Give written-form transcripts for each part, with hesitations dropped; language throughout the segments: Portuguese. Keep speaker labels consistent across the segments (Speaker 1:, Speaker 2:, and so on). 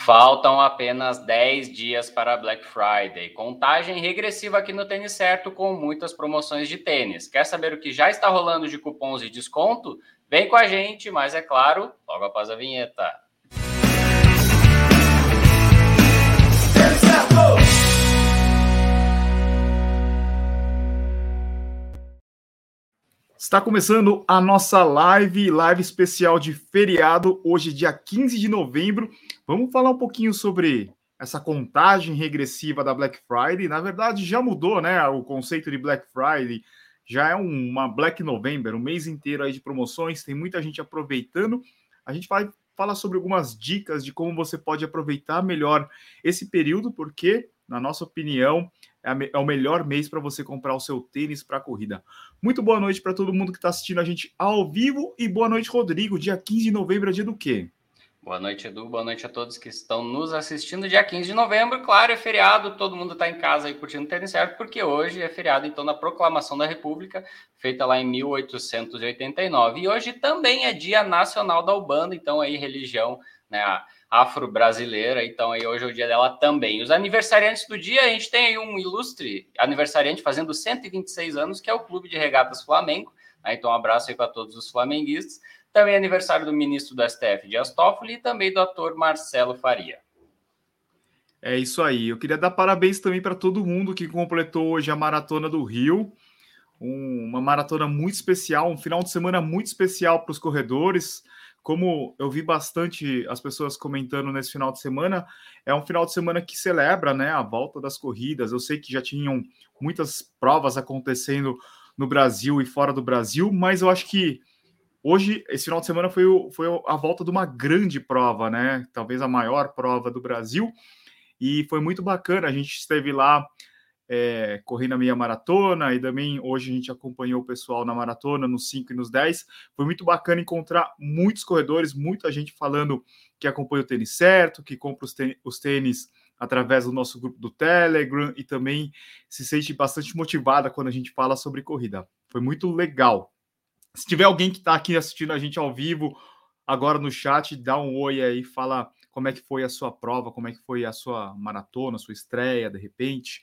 Speaker 1: Faltam apenas 10 dias para Black Friday. Contagem regressiva aqui no Tênis Certo com muitas promoções de tênis. Quer saber o que já está rolando de cupons de desconto? Vem com a gente, mas é claro, logo após a vinheta.
Speaker 2: Está começando a nossa live especial de feriado, hoje dia 15 de novembro. Vamos falar um pouquinho sobre essa contagem regressiva da Black Friday. Na verdade, já mudou, né? O conceito de Black Friday já é uma Black November, um mês inteiro aí de promoções, tem muita gente aproveitando. A gente vai falar sobre algumas dicas de como você pode aproveitar melhor esse período, porque, na nossa opinião, é o melhor mês para você comprar o seu tênis para corrida. Muito boa noite para todo mundo que está assistindo a gente ao vivo e boa noite, Rodrigo. Dia 15 de novembro é dia do quê?
Speaker 1: Boa noite, Edu. Boa noite a todos que estão nos assistindo. Dia 15 de novembro, claro, é feriado. Todo mundo está em casa aí curtindo o Tênis Certo, porque hoje é feriado, então, da Proclamação da República, feita lá em 1889. E hoje também é Dia Nacional da Ubanda, então aí religião, né, afro-brasileira, então aí hoje é o dia dela também. Os aniversariantes do dia, a gente tem aí um ilustre aniversariante fazendo 126 anos, que é o Clube de Regatas Flamengo, né? Então um abraço aí para todos os flamenguistas. Também é aniversário do ministro do STF, Dias Toffoli, e também do ator Marcelo Faria.
Speaker 2: É isso aí. Eu queria dar parabéns também para todo mundo que completou hoje a Maratona do Rio. Uma maratona muito especial, um final de semana muito especial para os corredores. Como eu vi bastante as pessoas comentando nesse final de semana, é um final de semana que celebra, né, a volta das corridas. Eu sei que já tinham muitas provas acontecendo no Brasil e fora do Brasil, mas eu acho que hoje, esse final de semana, foi a volta de uma grande prova, né? Talvez a maior prova do Brasil. E foi muito bacana. A gente esteve lá correndo a meia maratona e também hoje a gente acompanhou o pessoal na maratona, nos 5 e nos 10. Foi muito bacana encontrar muitos corredores, muita gente falando que acompanha o Tênis Certo, que compra os tênis através do nosso grupo do Telegram e também se sente bastante motivada quando a gente fala sobre corrida. Foi muito legal. Se tiver alguém que está aqui assistindo a gente ao vivo, agora no chat, dá um oi aí, fala como é que foi a sua prova, como é que foi a sua maratona, a sua estreia, de repente.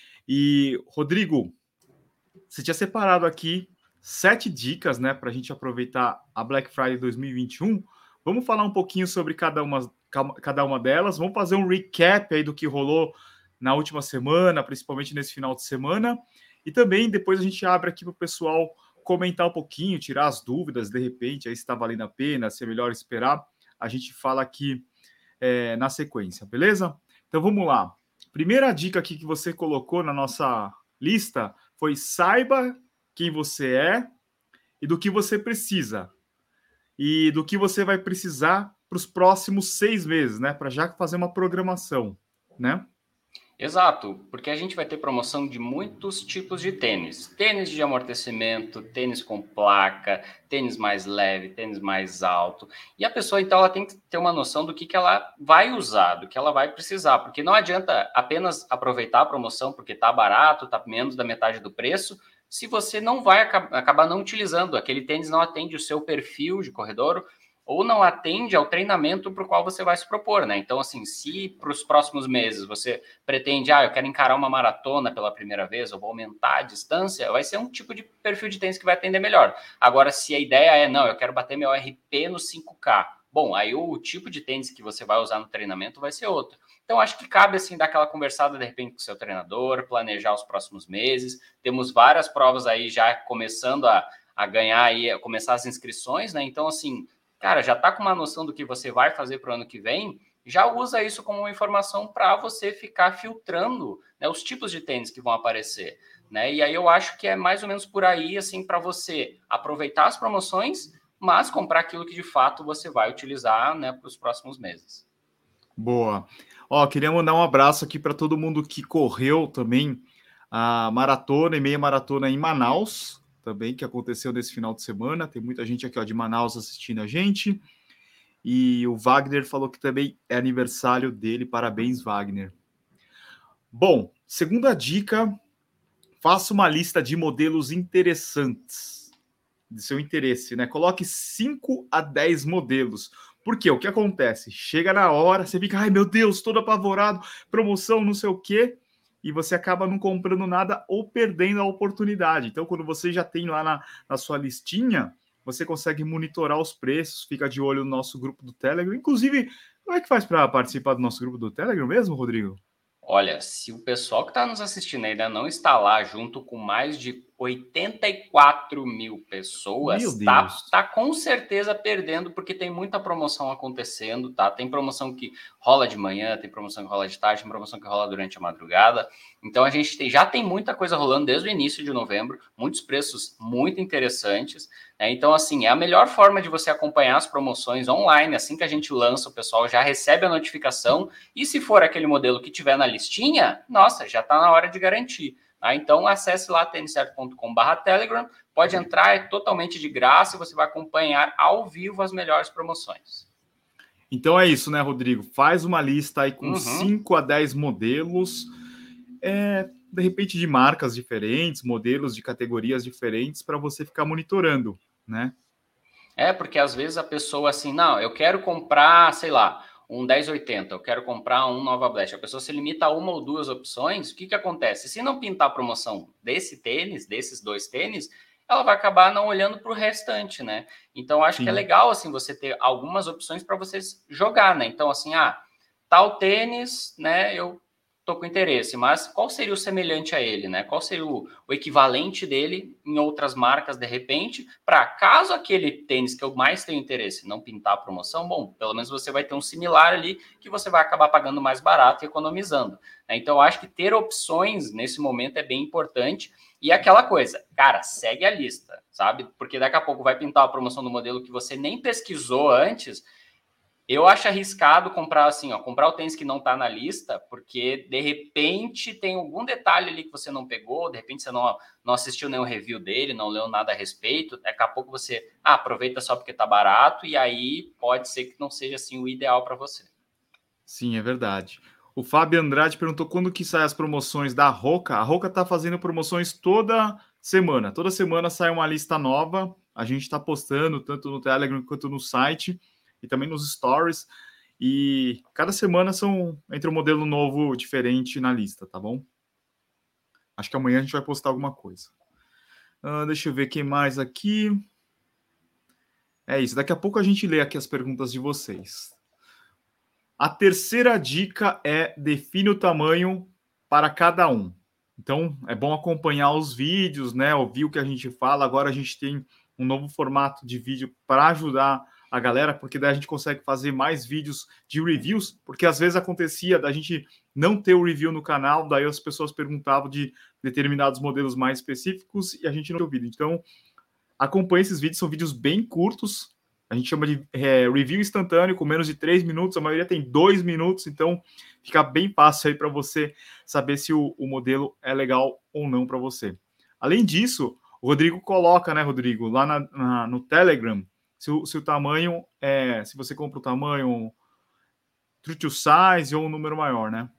Speaker 2: E, Rodrigo, você tinha separado aqui 7 dicas, né, para a gente aproveitar a Black Friday 2021. Vamos falar um pouquinho sobre cada uma delas. Vamos fazer um recap aí do que rolou na última semana, principalmente nesse final de semana. E também depois a gente abre aqui para o pessoal comentar um pouquinho, tirar as dúvidas, de repente, aí se está valendo a pena, se é melhor esperar. A gente fala aqui na sequência, beleza? Então vamos lá. Primeira dica aqui que você colocou na nossa lista foi: saiba quem você é e do que você precisa. E do que você vai precisar para os próximos 6 meses, né? Para já fazer uma programação, né?
Speaker 1: Exato, porque a gente vai ter promoção de muitos tipos de tênis. Tênis de amortecimento, tênis com placa, tênis mais leve, tênis mais alto. E a pessoa, então, ela tem que ter uma noção do que ela vai usar, do que ela vai precisar. Porque não adianta apenas aproveitar a promoção porque está barato, está menos da metade do preço, se você não vai acabar não utilizando. Aquele tênis não atende o seu perfil de corredor, ou não atende ao treinamento para o qual você vai se propor, né? Então, assim, se para os próximos meses você pretende, eu quero encarar uma maratona pela primeira vez, ou vou aumentar a distância, vai ser um tipo de perfil de tênis que vai atender melhor. Agora, se a ideia é, não, eu quero bater meu RP no 5K, bom, aí o tipo de tênis que você vai usar no treinamento vai ser outro. Então, acho que cabe, assim, dar aquela conversada, de repente, com o seu treinador, planejar os próximos meses. Temos várias provas aí já começando a ganhar aí, a começar as inscrições, né? Então, assim, cara, já está com uma noção do que você vai fazer para o ano que vem, já usa isso como uma informação para você ficar filtrando, né, os tipos de tênis que vão aparecer, né? E aí eu acho que é mais ou menos por aí, assim, para você aproveitar as promoções, mas comprar aquilo que de fato você vai utilizar, né, para os próximos meses.
Speaker 2: Boa. Queria mandar um abraço aqui para todo mundo que correu também a maratona e meia maratona em Manaus, também, que aconteceu nesse final de semana. Tem muita gente aqui de Manaus assistindo a gente. E o Wagner falou que também é aniversário dele. Parabéns, Wagner. Bom, segunda dica: faça uma lista de modelos interessantes de seu interesse, né? Coloque 5 a 10 modelos. Porque o que acontece? Chega na hora, você fica, ai meu Deus, todo apavorado, promoção, não sei o quê, e você acaba não comprando nada ou perdendo a oportunidade. Então, quando você já tem lá na sua listinha, você consegue monitorar os preços, fica de olho no nosso grupo do Telegram. Inclusive, como é que faz para participar do nosso grupo do Telegram mesmo, Rodrigo?
Speaker 1: Olha, se o pessoal que está nos assistindo ainda não está lá, junto com mais de 84 mil
Speaker 2: Meu
Speaker 1: pessoas,
Speaker 2: Deus.
Speaker 1: tá com certeza perdendo, porque tem muita promoção acontecendo, tá? Tem promoção que rola de manhã, tem promoção que rola de tarde, tem promoção que rola durante a madrugada. Então a gente já tem muita coisa rolando desde o início de novembro, muitos preços muito interessantes, né? Então, assim, é a melhor forma de você acompanhar as promoções online. Assim que a gente lança, o pessoal já recebe a notificação. E se for aquele modelo que tiver na listinha, nossa, já está na hora de garantir. Tá? Então, acesse lá têniscerto.com/telegram, pode entrar, é totalmente de graça e você vai acompanhar ao vivo as melhores promoções.
Speaker 2: Então é isso, né, Rodrigo? Faz uma lista aí com 5
Speaker 1: Uhum.
Speaker 2: a 10 modelos, de repente de marcas diferentes, modelos de categorias diferentes, para você ficar monitorando, né?
Speaker 1: É, porque às vezes a pessoa assim, não, eu quero comprar, sei lá, um 1080, eu quero comprar um Nova Blast. A pessoa se limita a uma ou duas opções, o que acontece? Se não pintar a promoção desse tênis, desses dois tênis, ela vai acabar não olhando para o restante, né? Então, acho que é
Speaker 2: Sim.
Speaker 1: legal, assim, você ter algumas opções para vocês jogar, né? Então, assim, tal tênis, né, eu tô com interesse, mas qual seria o semelhante a ele, né? Qual seria o equivalente dele em outras marcas, de repente, para caso aquele tênis que eu mais tenho interesse não pintar a promoção, bom, pelo menos você vai ter um similar ali que você vai acabar pagando mais barato e economizando. Né? Então, eu acho que ter opções nesse momento é bem importante. E aquela coisa, cara, segue a lista, sabe? Porque daqui a pouco vai pintar a promoção do modelo que você nem pesquisou antes. Eu acho arriscado comprar assim, ó, comprar o tênis que não tá na lista, porque de repente tem algum detalhe ali que você não pegou, de repente você não assistiu nenhum review dele, não leu nada a respeito, daqui a pouco você aproveita só porque tá barato, e aí pode ser que não seja assim o ideal para você.
Speaker 2: Sim, é verdade. O Fábio Andrade perguntou quando que saem as promoções da Roca. A Roca está fazendo promoções toda semana. Toda semana sai uma lista nova. A gente está postando tanto no Telegram quanto no site e também nos stories. E cada semana entra um modelo novo diferente na lista, tá bom? Acho que amanhã a gente vai postar alguma coisa. Deixa eu ver quem mais aqui. É isso. Daqui a pouco a gente lê aqui as perguntas de vocês. A terceira dica é define o tamanho para cada um. Então, é bom acompanhar os vídeos, né? Ouvir o que a gente fala. Agora a gente tem um novo formato de vídeo para ajudar a galera, porque daí a gente consegue fazer mais vídeos de reviews, porque às vezes acontecia da gente não ter o review no canal, daí as pessoas perguntavam de determinados modelos mais específicos e a gente não tinha vídeo. Então, acompanhe esses vídeos, são vídeos bem curtos. A gente chama de review instantâneo, com menos de 3 minutos, a maioria tem 2 minutos, então fica bem fácil aí para você saber se o modelo é legal ou não para você. Além disso, o Rodrigo coloca, né, Rodrigo, lá no Telegram, se o tamanho se você compra o tamanho true to size ou um número maior, né?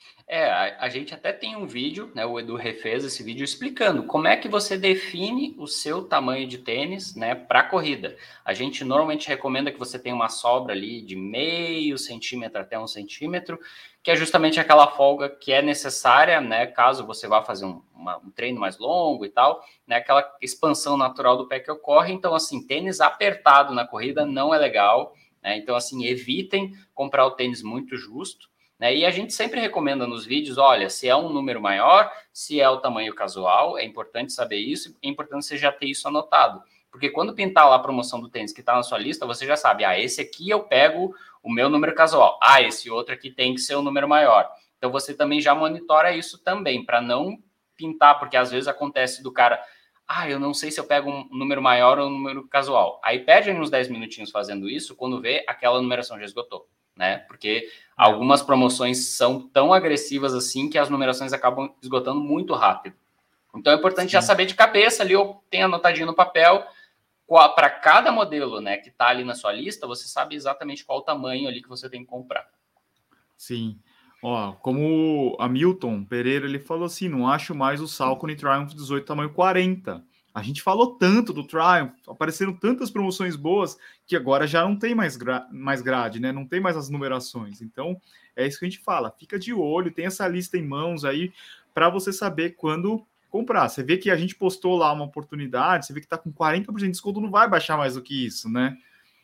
Speaker 1: A gente até tem um vídeo, né? O Edu refez esse vídeo explicando como é que você define o seu tamanho de tênis, né, para corrida. A gente normalmente recomenda que você tenha uma sobra ali de meio centímetro até 1 centímetro, que é justamente aquela folga que é necessária, né, caso você vá fazer um treino mais longo e tal, né, aquela expansão natural do pé que ocorre. Então, assim, tênis apertado na corrida não é legal, né? Então, assim, evitem comprar o tênis muito justo. Né? E a gente sempre recomenda nos vídeos, olha, se é um número maior, se é o tamanho casual, é importante saber isso, é importante você já ter isso anotado. Porque quando pintar lá a promoção do tênis que está na sua lista, você já sabe, esse aqui eu pego o meu número casual, esse outro aqui tem que ser um número maior. Então você também já monitora isso também, para não pintar, porque às vezes acontece do cara, eu não sei se eu pego um número maior ou um número casual. Aí perde uns 10 minutinhos fazendo isso, quando vê, aquela numeração já esgotou, né? Porque algumas promoções são tão agressivas assim que as numerações acabam esgotando muito rápido. Então é importante já
Speaker 2: Sim.
Speaker 1: saber de cabeça ali, ou tem anotadinho no papel, para cada modelo, né, que está ali na sua lista, você sabe exatamente qual o tamanho ali que você tem que comprar.
Speaker 2: Sim. Ó, como a Milton Pereira, ele falou assim, não acho mais o Salcone Triumph 18 tamanho 40. A gente falou tanto do Triumph, apareceram tantas promoções boas que agora já não tem mais grade, né? Não tem mais as numerações. Então, é isso que a gente fala. Fica de olho, tem essa lista em mãos aí para você saber quando comprar. Você vê que a gente postou lá uma oportunidade, você vê que está com 40% de desconto, não vai baixar mais do que isso, né?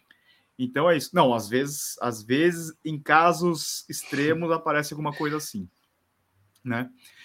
Speaker 2: Então é isso. Não, às vezes, em casos extremos, aparece alguma coisa assim, né?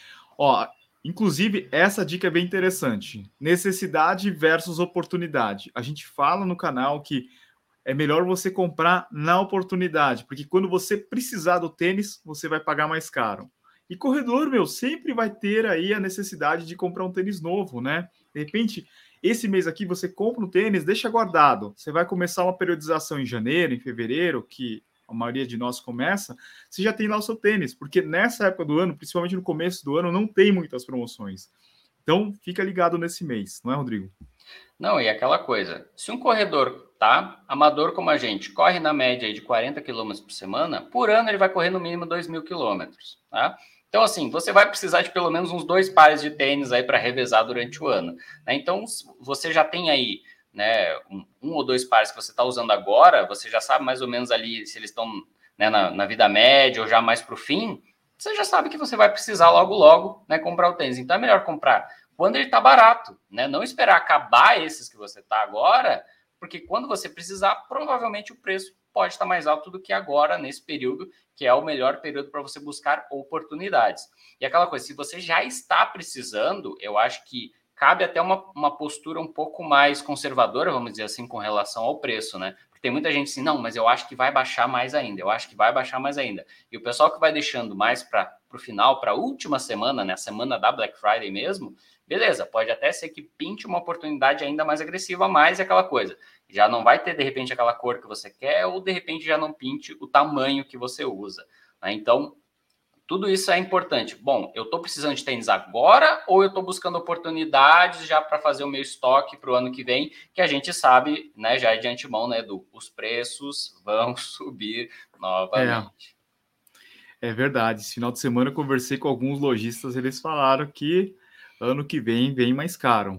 Speaker 2: Ó, inclusive, essa dica é bem interessante. Necessidade versus oportunidade. A gente fala no canal que é melhor você comprar na oportunidade, porque quando você precisar do tênis, você vai pagar mais caro. E corredor, meu, sempre vai ter aí a necessidade de comprar um tênis novo, né? De repente, esse mês aqui você compra um tênis, deixa guardado. Você vai começar uma periodização em janeiro, em fevereiro, que a maioria de nós começa, você já tem lá o seu tênis, porque nessa época do ano, principalmente no começo do ano, não tem muitas promoções. Então, fica ligado nesse mês, não é, Rodrigo?
Speaker 1: Não, e aquela coisa, se um corredor, tá, amador como a gente, corre na média de 40 quilômetros por semana, por ano ele vai correr no mínimo 2.000 quilômetros, tá? Então, assim, você vai precisar de pelo menos uns 2 pares de tênis aí para revezar durante o ano, né? Então, você já tem aí, né, um ou 2 pares que você está usando agora, você já sabe mais ou menos ali se eles estão, né, na vida média ou já mais para o fim, você já sabe que você vai precisar logo, né, comprar o tênis. Então, é melhor comprar quando ele está barato, né? Não esperar acabar esses que você está agora, porque quando você precisar, provavelmente o preço pode estar mais alto do que agora, nesse período, que é o melhor período para você buscar oportunidades. E aquela coisa, se você já está precisando, eu acho que cabe até uma postura um pouco mais conservadora, vamos dizer assim, com relação ao preço, né? Porque tem muita gente assim, não, mas eu acho que vai baixar mais ainda, eu acho que vai baixar mais ainda. E o pessoal que vai deixando mais para o final, para a última semana, né, a semana da Black Friday mesmo, beleza, pode até ser que pinte uma oportunidade ainda mais agressiva, mas é aquela coisa. Já não vai ter, de repente, aquela cor que você quer, ou de repente já não pinte o tamanho que você usa, né? Então, tudo isso é importante. Bom, eu estou precisando de tênis agora ou eu estou buscando oportunidades já para fazer o meu estoque para o ano que vem, que a gente sabe, né, já é de antemão, né, os preços vão subir novamente.
Speaker 2: É verdade. Esse final de semana eu conversei com alguns lojistas, eles falaram que ano que vem mais caro.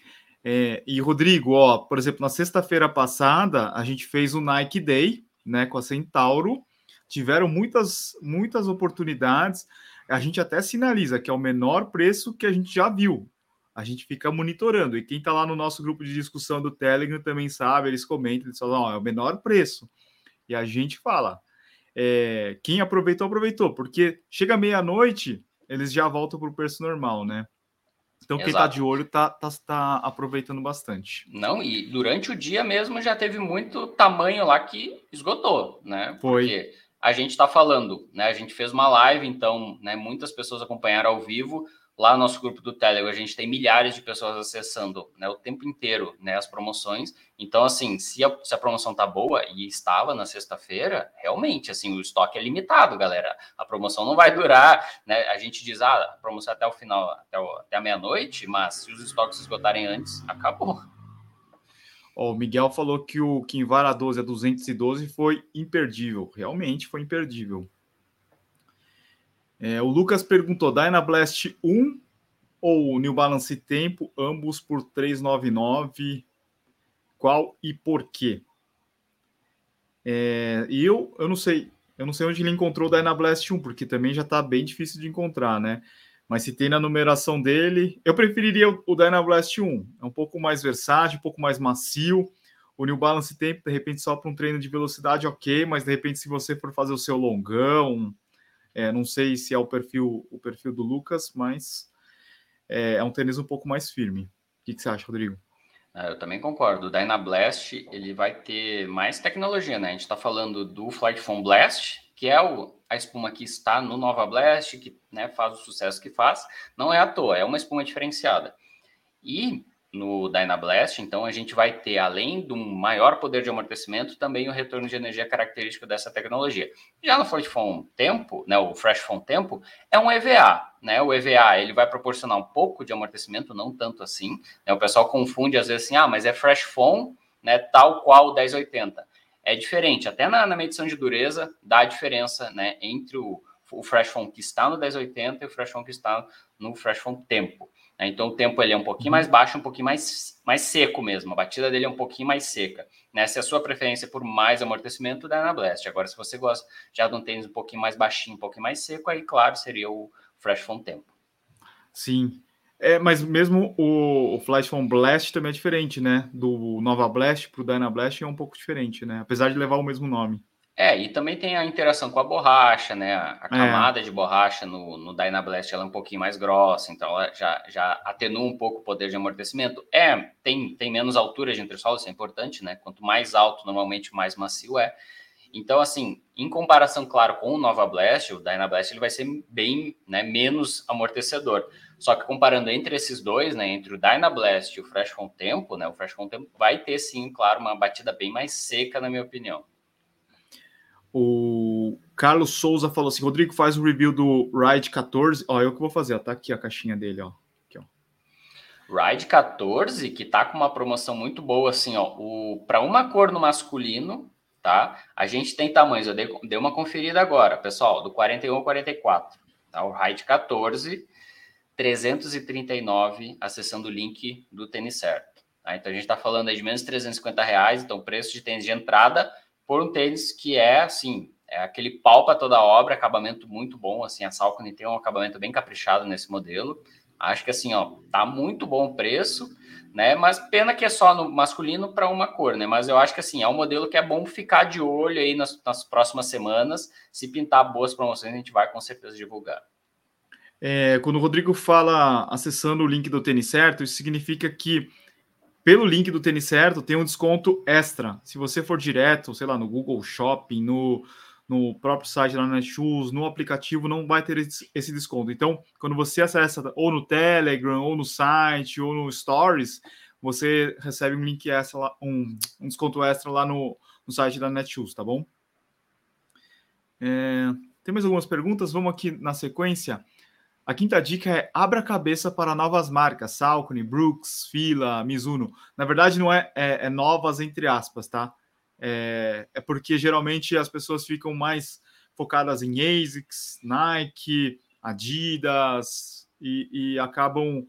Speaker 2: E Rodrigo, ó, por exemplo, na sexta-feira passada a gente fez o Nike Day, né, com a Centauro. Tiveram muitas oportunidades. A gente até sinaliza que é o menor preço que a gente já viu. A gente fica monitorando. E quem está lá no nosso grupo de discussão do Telegram também sabe, eles comentam, eles falam, ó, é o menor preço. E a gente fala, quem aproveitou, porque chega meia-noite, eles já voltam para o preço normal, né? Então, quem está de
Speaker 1: Exato.
Speaker 2: olho tá aproveitando bastante.
Speaker 1: Não, e durante o dia mesmo já teve muito tamanho lá que esgotou, né?
Speaker 2: Foi.
Speaker 1: Porque a gente está falando, né? A gente fez uma live, então, né, muitas pessoas acompanharam ao vivo. Lá no nosso grupo do Telegram, a gente tem milhares de pessoas acessando, né, o tempo inteiro, né, as promoções. Então, assim, se a promoção tá boa, e estava na sexta-feira, realmente, assim, o estoque é limitado, galera. A promoção não vai durar, né? A gente diz, a promoção até o final, até a meia-noite, mas se os estoques esgotarem antes, acabou.
Speaker 2: Ó, o Miguel falou que o Kinvara 12 a 212 foi imperdível. Realmente foi imperdível. O Lucas perguntou: Dynablast 1 ou New Balance Tempo, ambos por 399? Qual e por quê? E eu não sei onde ele encontrou o Dynablast 1, porque também já está bem difícil de encontrar, né? Mas se tem na numeração dele, eu preferiria o Dynablast 1. É um pouco mais versátil, um pouco mais macio. O New Balance Tempo, de repente, só para um treino de velocidade, ok, mas de repente, se você for fazer o seu longão, não sei se é o perfil do Lucas, mas é um tênis um pouco mais firme. O que você acha, Rodrigo?
Speaker 1: Eu também concordo. O Dynablast ele vai ter mais tecnologia, né? A gente está falando do Flight Foam Blast, que é a espuma que está no Nova Blast, que, né, faz o sucesso que faz. Não é à toa, é uma espuma diferenciada. E no Dynablast, então, a gente vai ter, além do maior poder de amortecimento, também o retorno de energia característico dessa tecnologia. Já no Flight Foam Tempo, né, o Fresh Foam Tempo, é um EVA, né? O EVA, ele vai proporcionar um pouco de amortecimento, não tanto assim, né? O pessoal confunde às vezes assim, mas é Fresh Foam, né, tal qual o 1080. É diferente, até na medição de dureza dá a diferença, né, entre o o Fresh Foam que está no 1080 e o Fresh Foam que está no Fresh Foam Tempo. Então o tempo ele é um pouquinho mais baixo, um pouquinho mais seco mesmo, a batida dele é um pouquinho mais seca. Né? Se a sua preferência é por mais amortecimento, dá na Blast. Agora, se você gosta já de um tênis um pouquinho mais baixinho, um pouquinho mais seco, aí claro, seria o Fresh Foam Tempo.
Speaker 2: Sim. Mas mesmo o Flash Foam Blast também é diferente, né? Do Nova Blast para o Dyna Blast é um pouco diferente, né? Apesar de levar o mesmo nome.
Speaker 1: E também tem a interação com a borracha, né? A camada de borracha no Dyna Blast ela é um pouquinho mais grossa, então ela já atenua um pouco o poder de amortecimento. Tem menos altura de entressola, isso é importante, né? Quanto mais alto, normalmente mais macio é. Então, assim, em comparação, claro, com o Nova Blast, o Dyna Blast ele vai ser bem, né, menos amortecedor. Só que comparando entre esses dois, né, entre o Dyna Blast e o Fresh Foam Tempo, né, o Fresh Foam Tempo vai ter, sim, claro, uma batida bem mais seca, na minha opinião.
Speaker 2: O Carlos Souza falou assim, Rodrigo, faz o review do Ride 14. Ó, eu que vou fazer, ó, tá aqui a caixinha dele, ó. Aqui, ó.
Speaker 1: Ride 14, que tá com uma promoção muito boa, assim, ó, para uma cor no masculino, tá? A gente tem tamanhos, eu dei uma conferida agora, pessoal, do 41 ao 44, tá? O Ride 14, 339, acessando o link do Tênis Certo. Tá? Então a gente tá falando aí de menos de R$350, então preço de tênis de entrada por um tênis que é, assim, é aquele pau para toda a obra, acabamento muito bom, assim, a Saucony tem um acabamento bem caprichado nesse modelo. Acho que, assim, ó, tá muito bom o preço, né? Mas pena que é só no masculino para uma cor, né? Mas eu acho que, assim, é um modelo que é bom ficar de olho aí nas próximas semanas. Se pintar boas promoções, a gente vai com certeza divulgar.
Speaker 2: Quando o Rodrigo fala acessando o link do Tênis Certo, isso significa que pelo link do Tênis Certo tem um desconto extra. Se você for direto, sei lá, no Google Shopping, no próprio site lá na Netshoes, no aplicativo, não vai ter esse desconto. Então, quando você acessa ou no Telegram, ou no site, ou no Stories, você recebe um link extra, um desconto extra lá no site da Netshoes, tá bom? Tem mais algumas perguntas? Vamos aqui na sequência. A quinta dica é abra a cabeça para novas marcas, Saucony, Brooks, Fila, Mizuno. Na verdade, não é novas entre aspas, tá? É porque geralmente as pessoas ficam mais focadas em ASICS, Nike, Adidas e acabam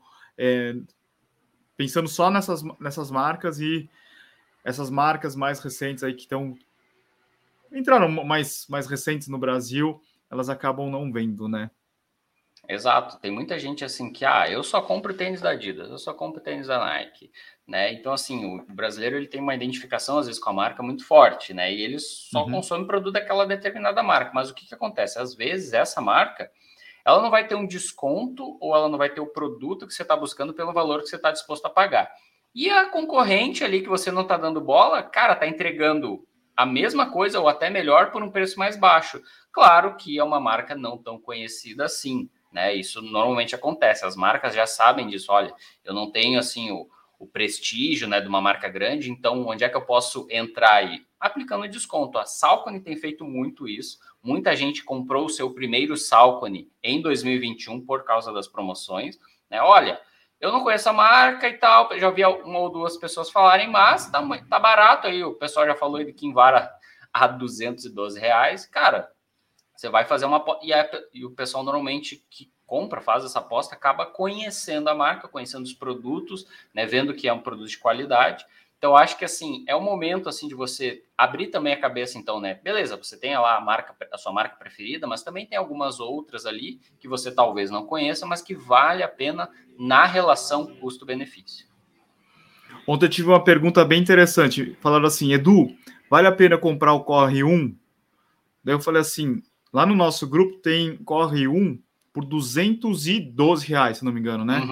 Speaker 2: pensando só nessas marcas e essas marcas mais recentes aí que entraram mais recentes no Brasil, elas acabam não vendo, né?
Speaker 1: Exato, tem muita gente assim que, eu só compro tênis da Adidas, eu só compro tênis da Nike, né? Então, assim, o brasileiro ele tem uma identificação, às vezes, com a marca muito forte, né? E ele só consome produto daquela determinada marca. Mas o que acontece? Às vezes, essa marca, ela não vai ter um desconto ou ela não vai ter o produto que você está buscando pelo valor que você está disposto a pagar. E a concorrente ali que você não está dando bola, cara, está entregando a mesma coisa ou até melhor por um preço mais baixo. Claro que é uma marca não tão conhecida assim, né? Isso normalmente acontece, as marcas já sabem disso. Olha, eu não tenho assim o prestígio, né, de uma marca grande, então onde é que eu posso entrar aí? Aplicando desconto. A Saucony tem feito muito isso. Muita gente comprou o seu primeiro Saucony em 2021 por causa das promoções, né? Olha, eu não conheço a marca e tal, já vi uma ou duas pessoas falarem, mas tá barato aí. O pessoal já falou de Kinvara a R$212. Cara, você vai fazer uma e o pessoal normalmente que compra, faz essa aposta, acaba conhecendo a marca, conhecendo os produtos, né, vendo que é um produto de qualidade. Então acho que assim, é o momento assim de você abrir também a cabeça, então, né? Beleza, você tem lá a sua marca preferida, mas também tem algumas outras ali que você talvez não conheça, mas que vale a pena na relação custo-benefício.
Speaker 2: Ontem eu tive uma pergunta bem interessante. Falaram assim, Edu, vale a pena comprar o Corre 1? Daí eu falei assim, lá no nosso grupo tem Corre 1 por R$212, se não me engano, né?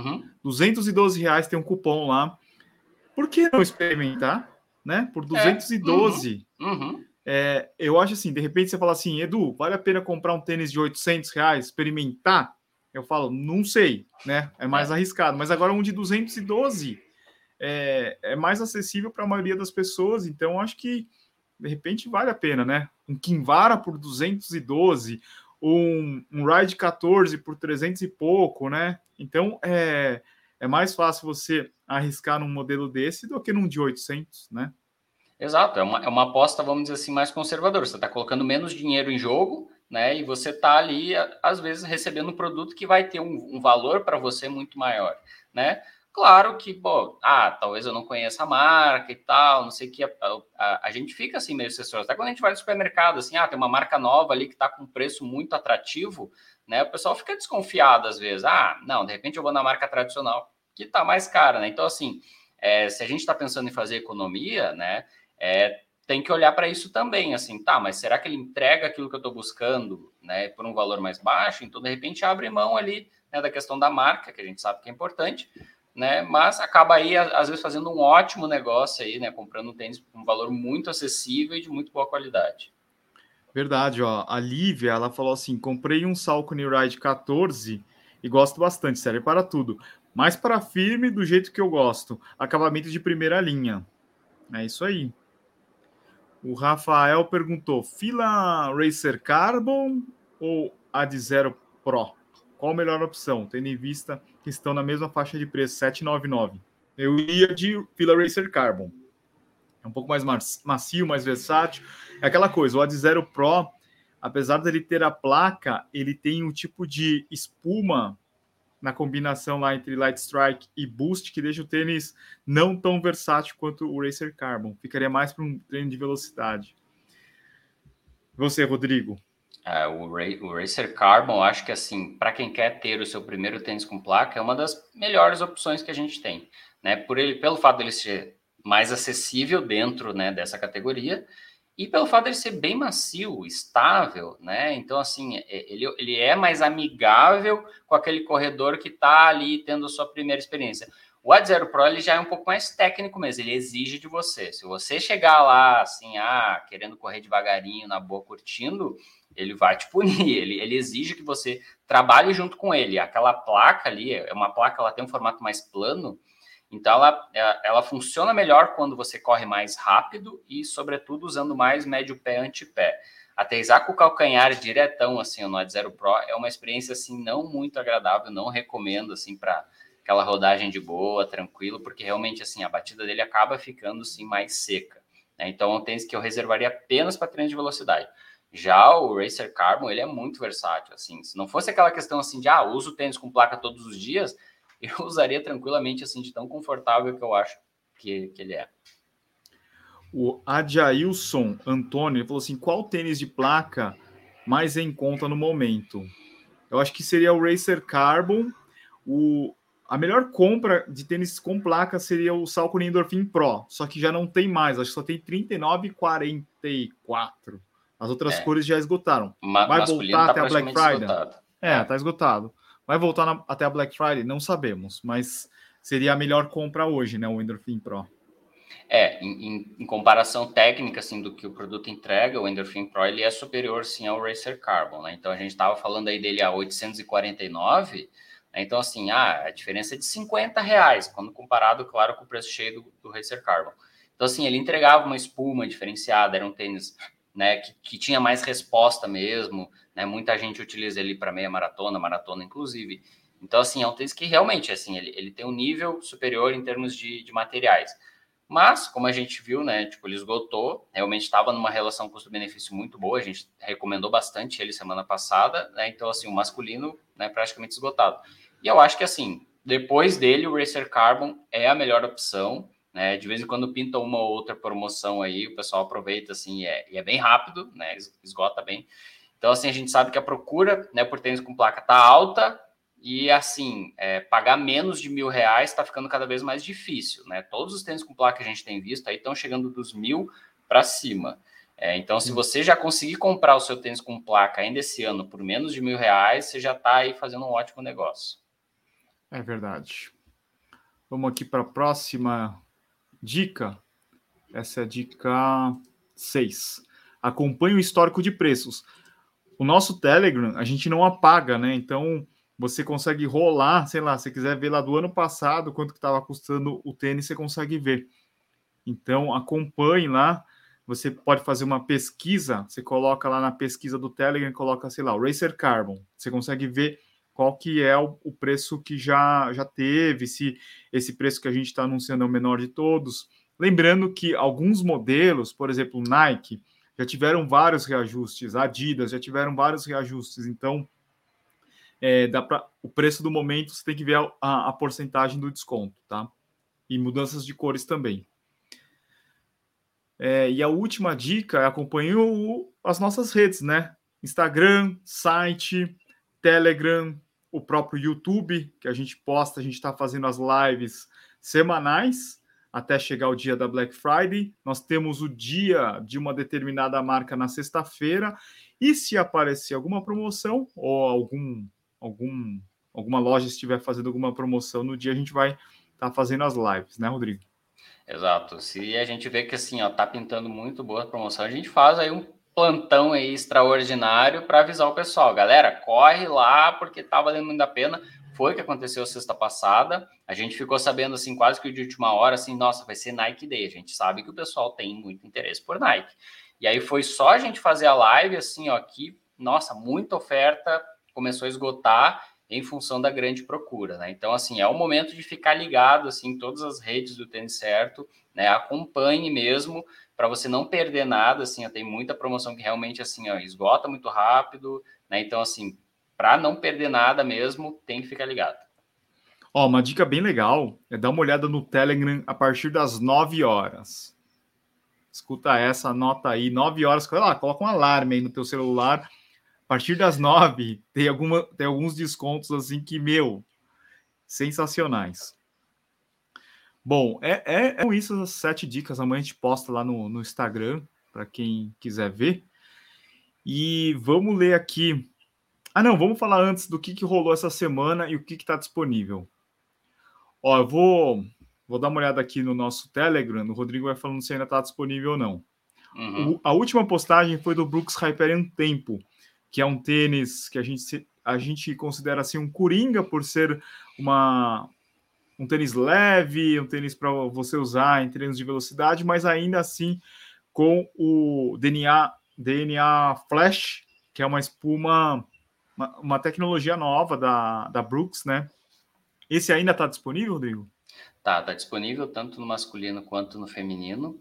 Speaker 2: R$212 tem um cupom lá. Por que não experimentar, né? Por 212. Eu acho assim, de repente você fala assim, Edu, vale a pena comprar um tênis de R$800, experimentar? Eu falo, não sei, né? É mais arriscado. Mas agora um de 212 é mais acessível para a maioria das pessoas, então acho que de repente vale a pena, né? Um Kinvara por 212, um Ride 14 por 300 e pouco, né? Então é mais fácil você arriscar num modelo desse do que num de 800, né?
Speaker 1: Exato, é uma aposta, vamos dizer assim, mais conservadora. Você está colocando menos dinheiro em jogo né? E você está ali, às vezes, recebendo um produto que vai ter um valor para você muito maior, né? Claro que, pô, talvez eu não conheça a marca e tal, não sei o que. A gente fica assim meio assessor. Até quando a gente vai no supermercado, assim, tem uma marca nova ali que está com um preço muito atrativo, né? O pessoal fica desconfiado às vezes. Não, de repente eu vou na marca tradicional que está mais cara, né? Então, assim, se a gente está pensando em fazer economia, né? Tem que olhar para isso também, assim, mas será que ele entrega aquilo que eu estou buscando, né, por um valor mais baixo? Então, de repente, abre mão ali, né, da questão da marca, que a gente sabe que é importante, né, mas acaba aí, às vezes, fazendo um ótimo negócio aí, né, comprando um tênis com um valor muito acessível e de muito boa qualidade.
Speaker 2: Verdade, ó. A Lívia, ela falou assim: comprei um Saucony Ride 14 e gosto bastante, serve para tudo. Mais para firme do jeito que eu gosto. Acabamento de primeira linha. É isso aí. O Rafael perguntou: Fila Racer Carbon ou a de Zero Pro? Qual a melhor opção, tendo em vista que estão na mesma faixa de preço, 799? Eu ia de Fila Racer Carbon. É um pouco mais macio, mais versátil. É aquela coisa, o Ad Zero Pro, apesar dele ter a placa, ele tem um tipo de espuma na combinação lá entre Light Strike e Boost, que deixa o tênis não tão versátil quanto o Racer Carbon. Ficaria mais para um treino de velocidade. Você, Rodrigo?
Speaker 1: O Racer Carbon, acho que assim, para quem quer ter o seu primeiro tênis com placa, é uma das melhores opções que a gente tem, né? Pelo fato dele ser mais acessível dentro, né, dessa categoria e pelo fato dele ser bem macio, estável, né? Então, assim, ele é mais amigável com aquele corredor que está ali tendo a sua primeira experiência. O Ad Zero Pro ele já é um pouco mais técnico mesmo, ele exige de você. Se você chegar lá, assim, querendo correr devagarinho, na boa, curtindo, ele vai te punir, ele exige que você trabalhe junto com ele. Aquela placa ali, é uma placa, ela tem um formato mais plano, então ela funciona melhor quando você corre mais rápido e, sobretudo, usando mais médio pé antepé. Aterrissar com o calcanhar diretão, assim, no Ad Zero Pro, é uma experiência, assim, não muito agradável, não recomendo, assim, para aquela rodagem de boa, tranquilo, porque realmente, assim, a batida dele acaba ficando, assim, mais seca, né? Então, é um tênis que eu reservaria apenas para treinos de velocidade. Já o Racer Carbon, ele é muito versátil, assim, se não fosse aquela questão, assim, de, uso tênis com placa todos os dias, eu usaria tranquilamente, assim, de tão confortável que eu acho que ele é.
Speaker 2: O Adjailson Antônio falou assim: qual tênis de placa mais em conta no momento? Eu acho que seria o Racer Carbon. A melhor compra de tênis com placa seria o Saucony Endorphin Pro, só que já não tem mais, acho que só tem 39,44. As outras cores já esgotaram. Vai voltar
Speaker 1: tá
Speaker 2: até a Black Friday?
Speaker 1: Esgotado.
Speaker 2: Tá esgotado. Vai voltar até a Black Friday? Não sabemos, mas seria a melhor compra hoje, né? O Endorphin Pro.
Speaker 1: Em comparação técnica, assim, do que o produto entrega, o Endorphin Pro, ele é superior, sim, ao Racer Carbon, né? Então, a gente estava falando aí dele a 849, né? Então, assim, a diferença é de R$50, quando comparado, claro, com o preço cheio do Racer Carbon. Então, assim, ele entregava uma espuma diferenciada, era um tênis, né, que tinha mais resposta mesmo, né? Muita gente utiliza ele para meia maratona, inclusive. Então, assim, é um tênis que realmente, assim, ele tem um nível superior em termos de materiais. Mas, como a gente viu, né, tipo, ele esgotou, realmente estava numa relação custo-benefício muito boa, a gente recomendou bastante ele semana passada, né, então, assim, o masculino, né, praticamente esgotado. E eu acho que, assim, depois dele, o Racer Carbon é a melhor opção, né, de vez em quando pinta uma ou outra promoção aí, o pessoal aproveita, assim, e é bem rápido, né, esgota bem. Então, assim, a gente sabe que a procura, né, por tênis com placa tá alta, e assim, pagar menos de R$1.000 está ficando cada vez mais difícil, né? Todos os tênis com placa que a gente tem visto aí estão chegando dos 1.000 para cima. Então, se você já conseguir comprar o seu tênis com placa ainda esse ano por menos de R$1.000, você já está aí fazendo um ótimo negócio.
Speaker 2: É verdade. Vamos aqui para a próxima dica. Essa é a dica 6. Acompanhe o histórico de preços. O nosso Telegram, a gente não apaga, né? Então, você consegue rolar, sei lá, se você quiser ver lá do ano passado, quanto que estava custando o tênis, você consegue ver. Então, acompanhe lá. Você pode fazer uma pesquisa, você coloca lá na pesquisa do Telegram, coloca, sei lá, o Racer Carbon. Você consegue ver qual que é o preço que já teve, se esse preço que a gente está anunciando é o menor de todos. Lembrando que alguns modelos, por exemplo, Nike, já tiveram vários reajustes, a Adidas já tiveram vários reajustes, então o preço do momento você tem que ver a porcentagem do desconto, tá? E mudanças de cores também. E a última dica é acompanhe as nossas redes, né? Instagram, site, Telegram, o próprio YouTube, que a gente posta, a gente está fazendo as lives semanais até chegar o dia da Black Friday. Nós temos o dia de uma determinada marca na sexta-feira, e se aparecer alguma promoção ou alguma loja estiver fazendo alguma promoção no dia, a gente vai estar fazendo as lives, né, Rodrigo?
Speaker 1: Exato. Se a gente vê que assim, ó, tá pintando muito boa a promoção, a gente faz aí um plantão aí extraordinário para avisar o pessoal. Galera, corre lá porque tá valendo muito a pena. Foi o que aconteceu sexta passada. A gente ficou sabendo assim quase que de última hora assim, nossa, vai ser Nike Day. A gente sabe que o pessoal tem muito interesse por Nike. E aí foi só a gente fazer a live assim, ó, que nossa, muita oferta, começou a esgotar em função da grande procura, né? Então, assim, é o momento de ficar ligado, assim, em todas as redes do Tênis Certo, né? Acompanhe mesmo, para você não perder nada, assim, ó, tem muita promoção que realmente, assim, ó, esgota muito rápido, né? Então, assim, para não perder nada mesmo, tem que ficar ligado.
Speaker 2: Ó, uma dica bem legal é dar uma olhada no Telegram a partir das 9 horas. Escuta essa, anota aí, 9 horas, coloca um alarme aí no teu celular. A partir das 9 tem alguns descontos assim que, sensacionais. Bom, com isso as 7 dicas. Amanhã a gente posta lá no Instagram, para quem quiser ver. E vamos ler aqui. Não, vamos falar antes do que rolou essa semana e o que está disponível. Ó, eu vou dar uma olhada aqui no nosso Telegram. O Rodrigo vai falando se ainda está disponível ou não.
Speaker 1: Uhum.
Speaker 2: A última postagem foi do Brooks Hyperion Tempo, que é um tênis que a gente considera assim um coringa por ser um tênis leve, um tênis para você usar em treinos de velocidade, mas ainda assim com o DNA Flash, que é uma espuma, uma tecnologia nova da Brooks, né? Esse ainda está disponível, Rodrigo?
Speaker 1: Tá disponível tanto no masculino quanto no feminino.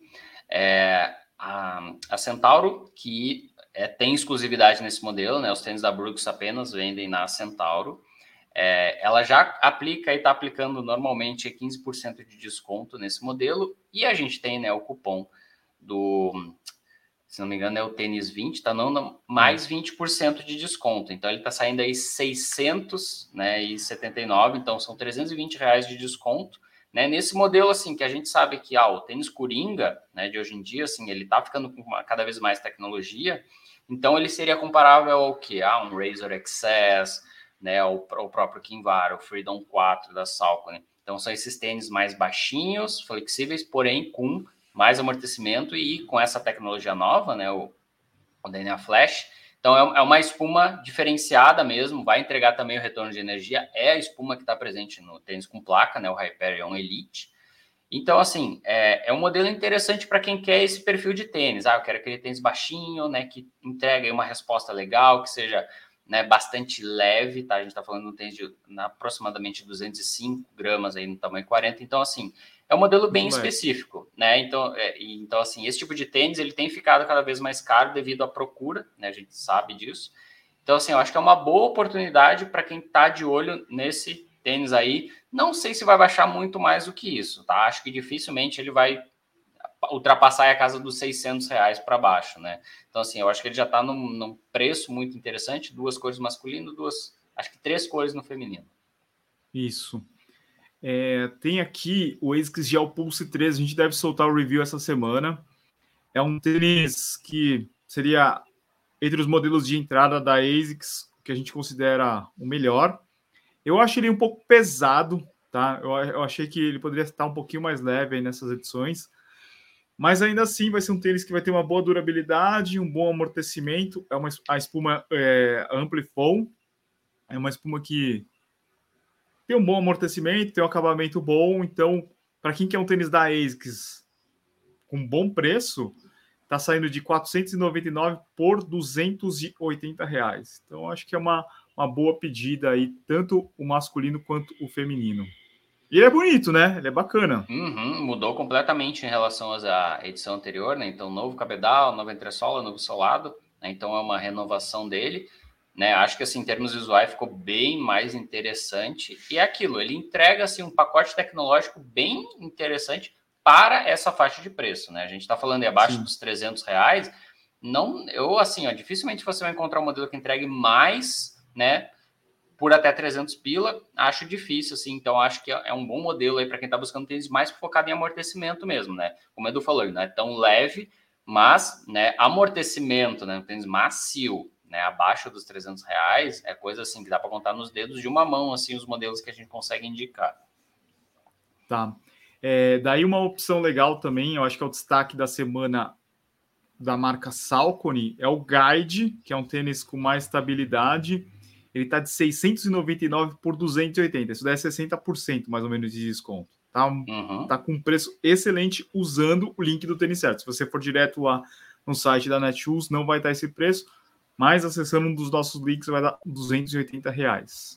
Speaker 1: A Centauro, que tem exclusividade nesse modelo, né? Os tênis da Brooks apenas vendem na Centauro. Ela já aplica e está aplicando normalmente 15% de desconto nesse modelo. E a gente tem, né, o cupom se não me engano, é o tênis 20, está dando mais 20% de desconto. Então, ele está saindo aí 600, né, e 79, então são R$320 de desconto. Né, nesse modelo, assim, que a gente sabe que o tênis Coringa, né, de hoje em dia, assim, ele está ficando com cada vez mais tecnologia, então ele seria comparável ao quê? Um Razor XS, né, o próprio Kinvara, o Freedom 4 da Saucony. Então, são esses tênis mais baixinhos, flexíveis, porém com mais amortecimento e com essa tecnologia nova, né, o DNA Flash. Então, é uma espuma diferenciada mesmo, vai entregar também o retorno de energia, é a espuma que está presente no tênis com placa, né, o Hyperion Elite. Então, assim, é um modelo interessante para quem quer esse perfil de tênis. Eu quero aquele tênis baixinho, né, que entregue uma resposta legal, que seja, né, bastante leve, tá? A gente está falando de um tênis de aproximadamente 205 gramas aí no tamanho 40. Então, assim, é um modelo bem específico, né? Então, assim, esse tipo de tênis, ele tem ficado cada vez mais caro devido à procura, né? A gente sabe disso. Então, assim, eu acho que é uma boa oportunidade para quem está de olho nesse tênis aí. Não sei se vai baixar muito mais do que isso, tá? Acho que dificilmente ele vai ultrapassar a casa dos R$600 para baixo, né? Então, assim, eu acho que ele já está num preço muito interessante, 2 cores no masculino, acho que 3 cores no feminino.
Speaker 2: Isso. Tem aqui o ASICS Gel Pulse 3, a gente deve soltar o review essa semana. É um tênis que seria entre os modelos de entrada da ASICS, que a gente considera o melhor. Eu acho ele um pouco pesado, tá? Eu achei que ele poderia estar um pouquinho mais leve aí nessas edições, mas ainda assim vai ser um tênis que vai ter uma boa durabilidade, um bom amortecimento. A espuma Amplifon, é uma espuma que tem um bom amortecimento, tem um acabamento bom. Então, para quem quer um tênis da ASICS com bom preço, está saindo de R$499 por R$280. Então, acho que é uma boa pedida aí, tanto o masculino quanto o feminino. E ele é bonito, né? Ele é bacana.
Speaker 1: Mudou completamente em relação à edição anterior, né? Então, novo cabedal, nova entressola, novo solado, né? Então é uma renovação dele, né? Acho que assim, em termos visuais ficou bem mais interessante. E é aquilo, ele entrega assim um pacote tecnológico bem interessante para essa faixa de preço, né? A gente está falando aí abaixo dos R$300, não, eu assim, ó, dificilmente você vai encontrar um modelo que entregue mais, né? Por até 300 pila, acho difícil, assim, então acho que é um bom modelo aí para quem está buscando tênis mais focado em amortecimento mesmo, né? Como o Edu falou, não é tão leve, mas, né, amortecimento, né, um tênis macio, né, abaixo dos R$300, é coisa assim que dá para contar nos dedos de uma mão, assim, os modelos que a gente consegue indicar.
Speaker 2: Tá. Daí uma opção legal também, eu acho que é o destaque da semana da marca Saucony, é o Guide, que é um tênis com mais estabilidade. Ele está de 699 por 280. Isso dá 60% mais ou menos de desconto. Tá com um preço excelente usando o link do Tênis Certo. Se você for direto lá no site da Netshoes, não vai estar esse preço, mas acessando um dos nossos links vai dar R$280.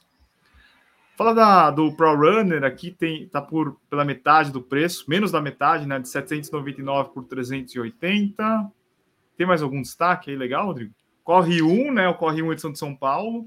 Speaker 2: Fala do Pro Runner aqui, tá pela metade do preço, menos da metade, né? De 799 por 380. Tem mais algum destaque aí legal, Rodrigo? Corre 1, né? O Corre 1 edição de São Paulo.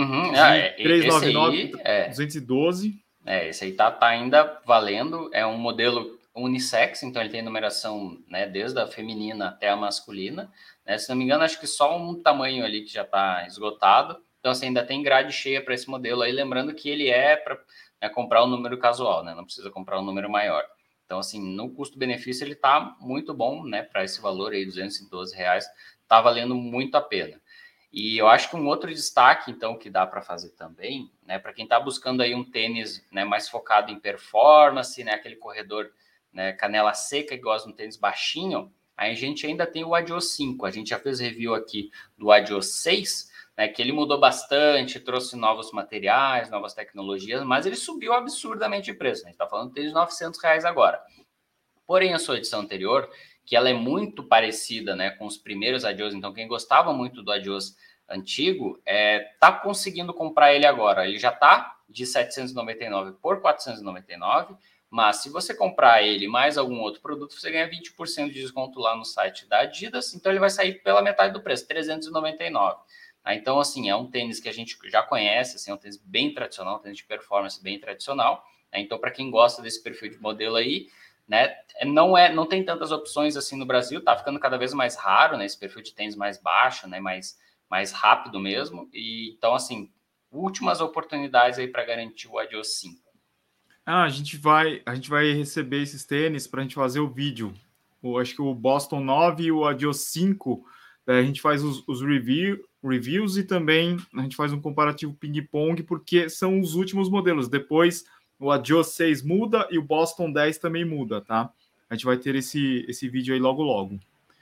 Speaker 2: De 399 por 212.
Speaker 1: Esse aí tá ainda valendo. É um modelo unissex, então ele tem numeração, né, desde a feminina até a masculina. Né? Se não me engano, acho que só um tamanho ali que já está esgotado. Então, assim, ainda tem grade cheia para esse modelo aí. Lembrando que ele é para, né, comprar um número casual, né? Não precisa comprar um número maior. Então, assim, no custo-benefício ele tá muito bom, né? Para esse valor aí, R$212, tá valendo muito a pena. E eu acho que um outro destaque, então, que dá para fazer também, né, para quem está buscando aí um tênis, né, mais focado em performance, né, aquele corredor, né, canela seca que gosta de um tênis baixinho, aí a gente ainda tem o Adios 5. A gente já fez review aqui do Adios 6, né, que ele mudou bastante, trouxe novos materiais, novas tecnologias, mas ele subiu absurdamente de preço. Né? A gente está falando de tênis de R$900 agora. Porém, a sua edição anterior, que ela é muito parecida, né, com os primeiros Adios, então quem gostava muito do Adios antigo, tá conseguindo comprar ele agora. Ele já está de 799 por 499, mas se você comprar ele mais algum outro produto, você ganha 20% de desconto lá no site da Adidas, então ele vai sair pela metade do preço, 399. Então, assim, é um tênis que a gente já conhece, assim, é um tênis bem tradicional, um tênis de performance bem tradicional. Né? Então, para quem gosta desse perfil de modelo aí, né, não tem tantas opções assim no Brasil, tá ficando cada vez mais raro, né, esse perfil de tênis mais baixo, né, mais rápido mesmo. E então, assim, últimas oportunidades aí para garantir o Adios 5.
Speaker 2: A gente vai receber esses tênis para a gente fazer o vídeo. Acho que o Boston 9 e o Adios 5, a gente faz os reviews e também a gente faz um comparativo ping-pong, porque são os últimos modelos. Depois o Adios 6 muda e o Boston 10 também muda, tá? A gente vai ter esse vídeo aí logo, logo.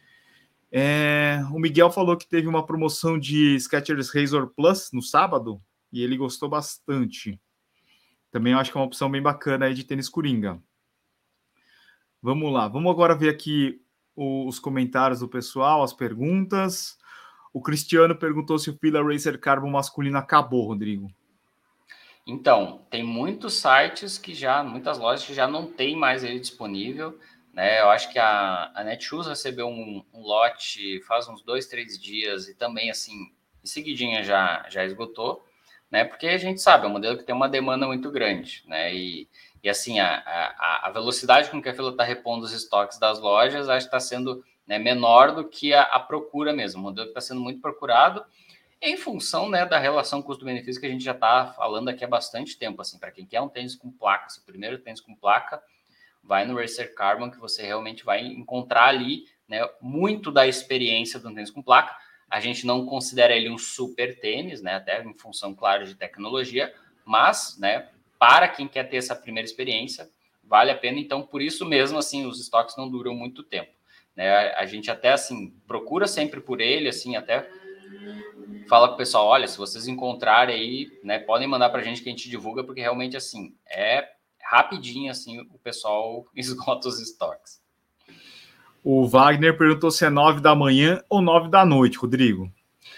Speaker 2: O Miguel falou que teve uma promoção de Skechers Razor Plus no sábado e ele gostou bastante. Também acho que é uma opção bem bacana aí de tênis coringa. Vamos lá, vamos agora ver aqui os comentários do pessoal, as perguntas. O Cristiano perguntou se o Fila Racer Carbon masculino acabou, Rodrigo.
Speaker 1: Então, tem muitos sites muitas lojas que já não tem mais ele disponível. Né? Eu acho que a Netshoes recebeu um lote faz uns 2, 3 dias e também, assim, em seguidinha já esgotou. Né? Porque a gente sabe, é um modelo que tem uma demanda muito grande, né? E assim, a velocidade com que a fila está repondo os estoques das lojas, acho que está sendo, né, menor do que a procura mesmo. O modelo que está sendo muito procurado em função, né, da relação custo-benefício que a gente já está falando aqui há bastante tempo. Assim, para quem quer um tênis com placa, seu primeiro tênis com placa, vai no Racer Carbon, que você realmente vai encontrar ali, né, muito da experiência do tênis com placa. A gente não considera ele um super tênis, né, até em função, claro, de tecnologia, mas, né, para quem quer ter essa primeira experiência, vale a pena. Então, por isso mesmo, assim, os estoques não duram muito tempo. Né? A gente até, assim, procura sempre por ele, assim, até fala com o pessoal, olha, se vocês encontrarem aí, né, podem mandar para a gente que a gente divulga, porque realmente, assim, é rapidinho, assim, o pessoal esgota os estoques.
Speaker 2: O Wagner perguntou se é 9 da manhã ou 9 da noite, Rodrigo.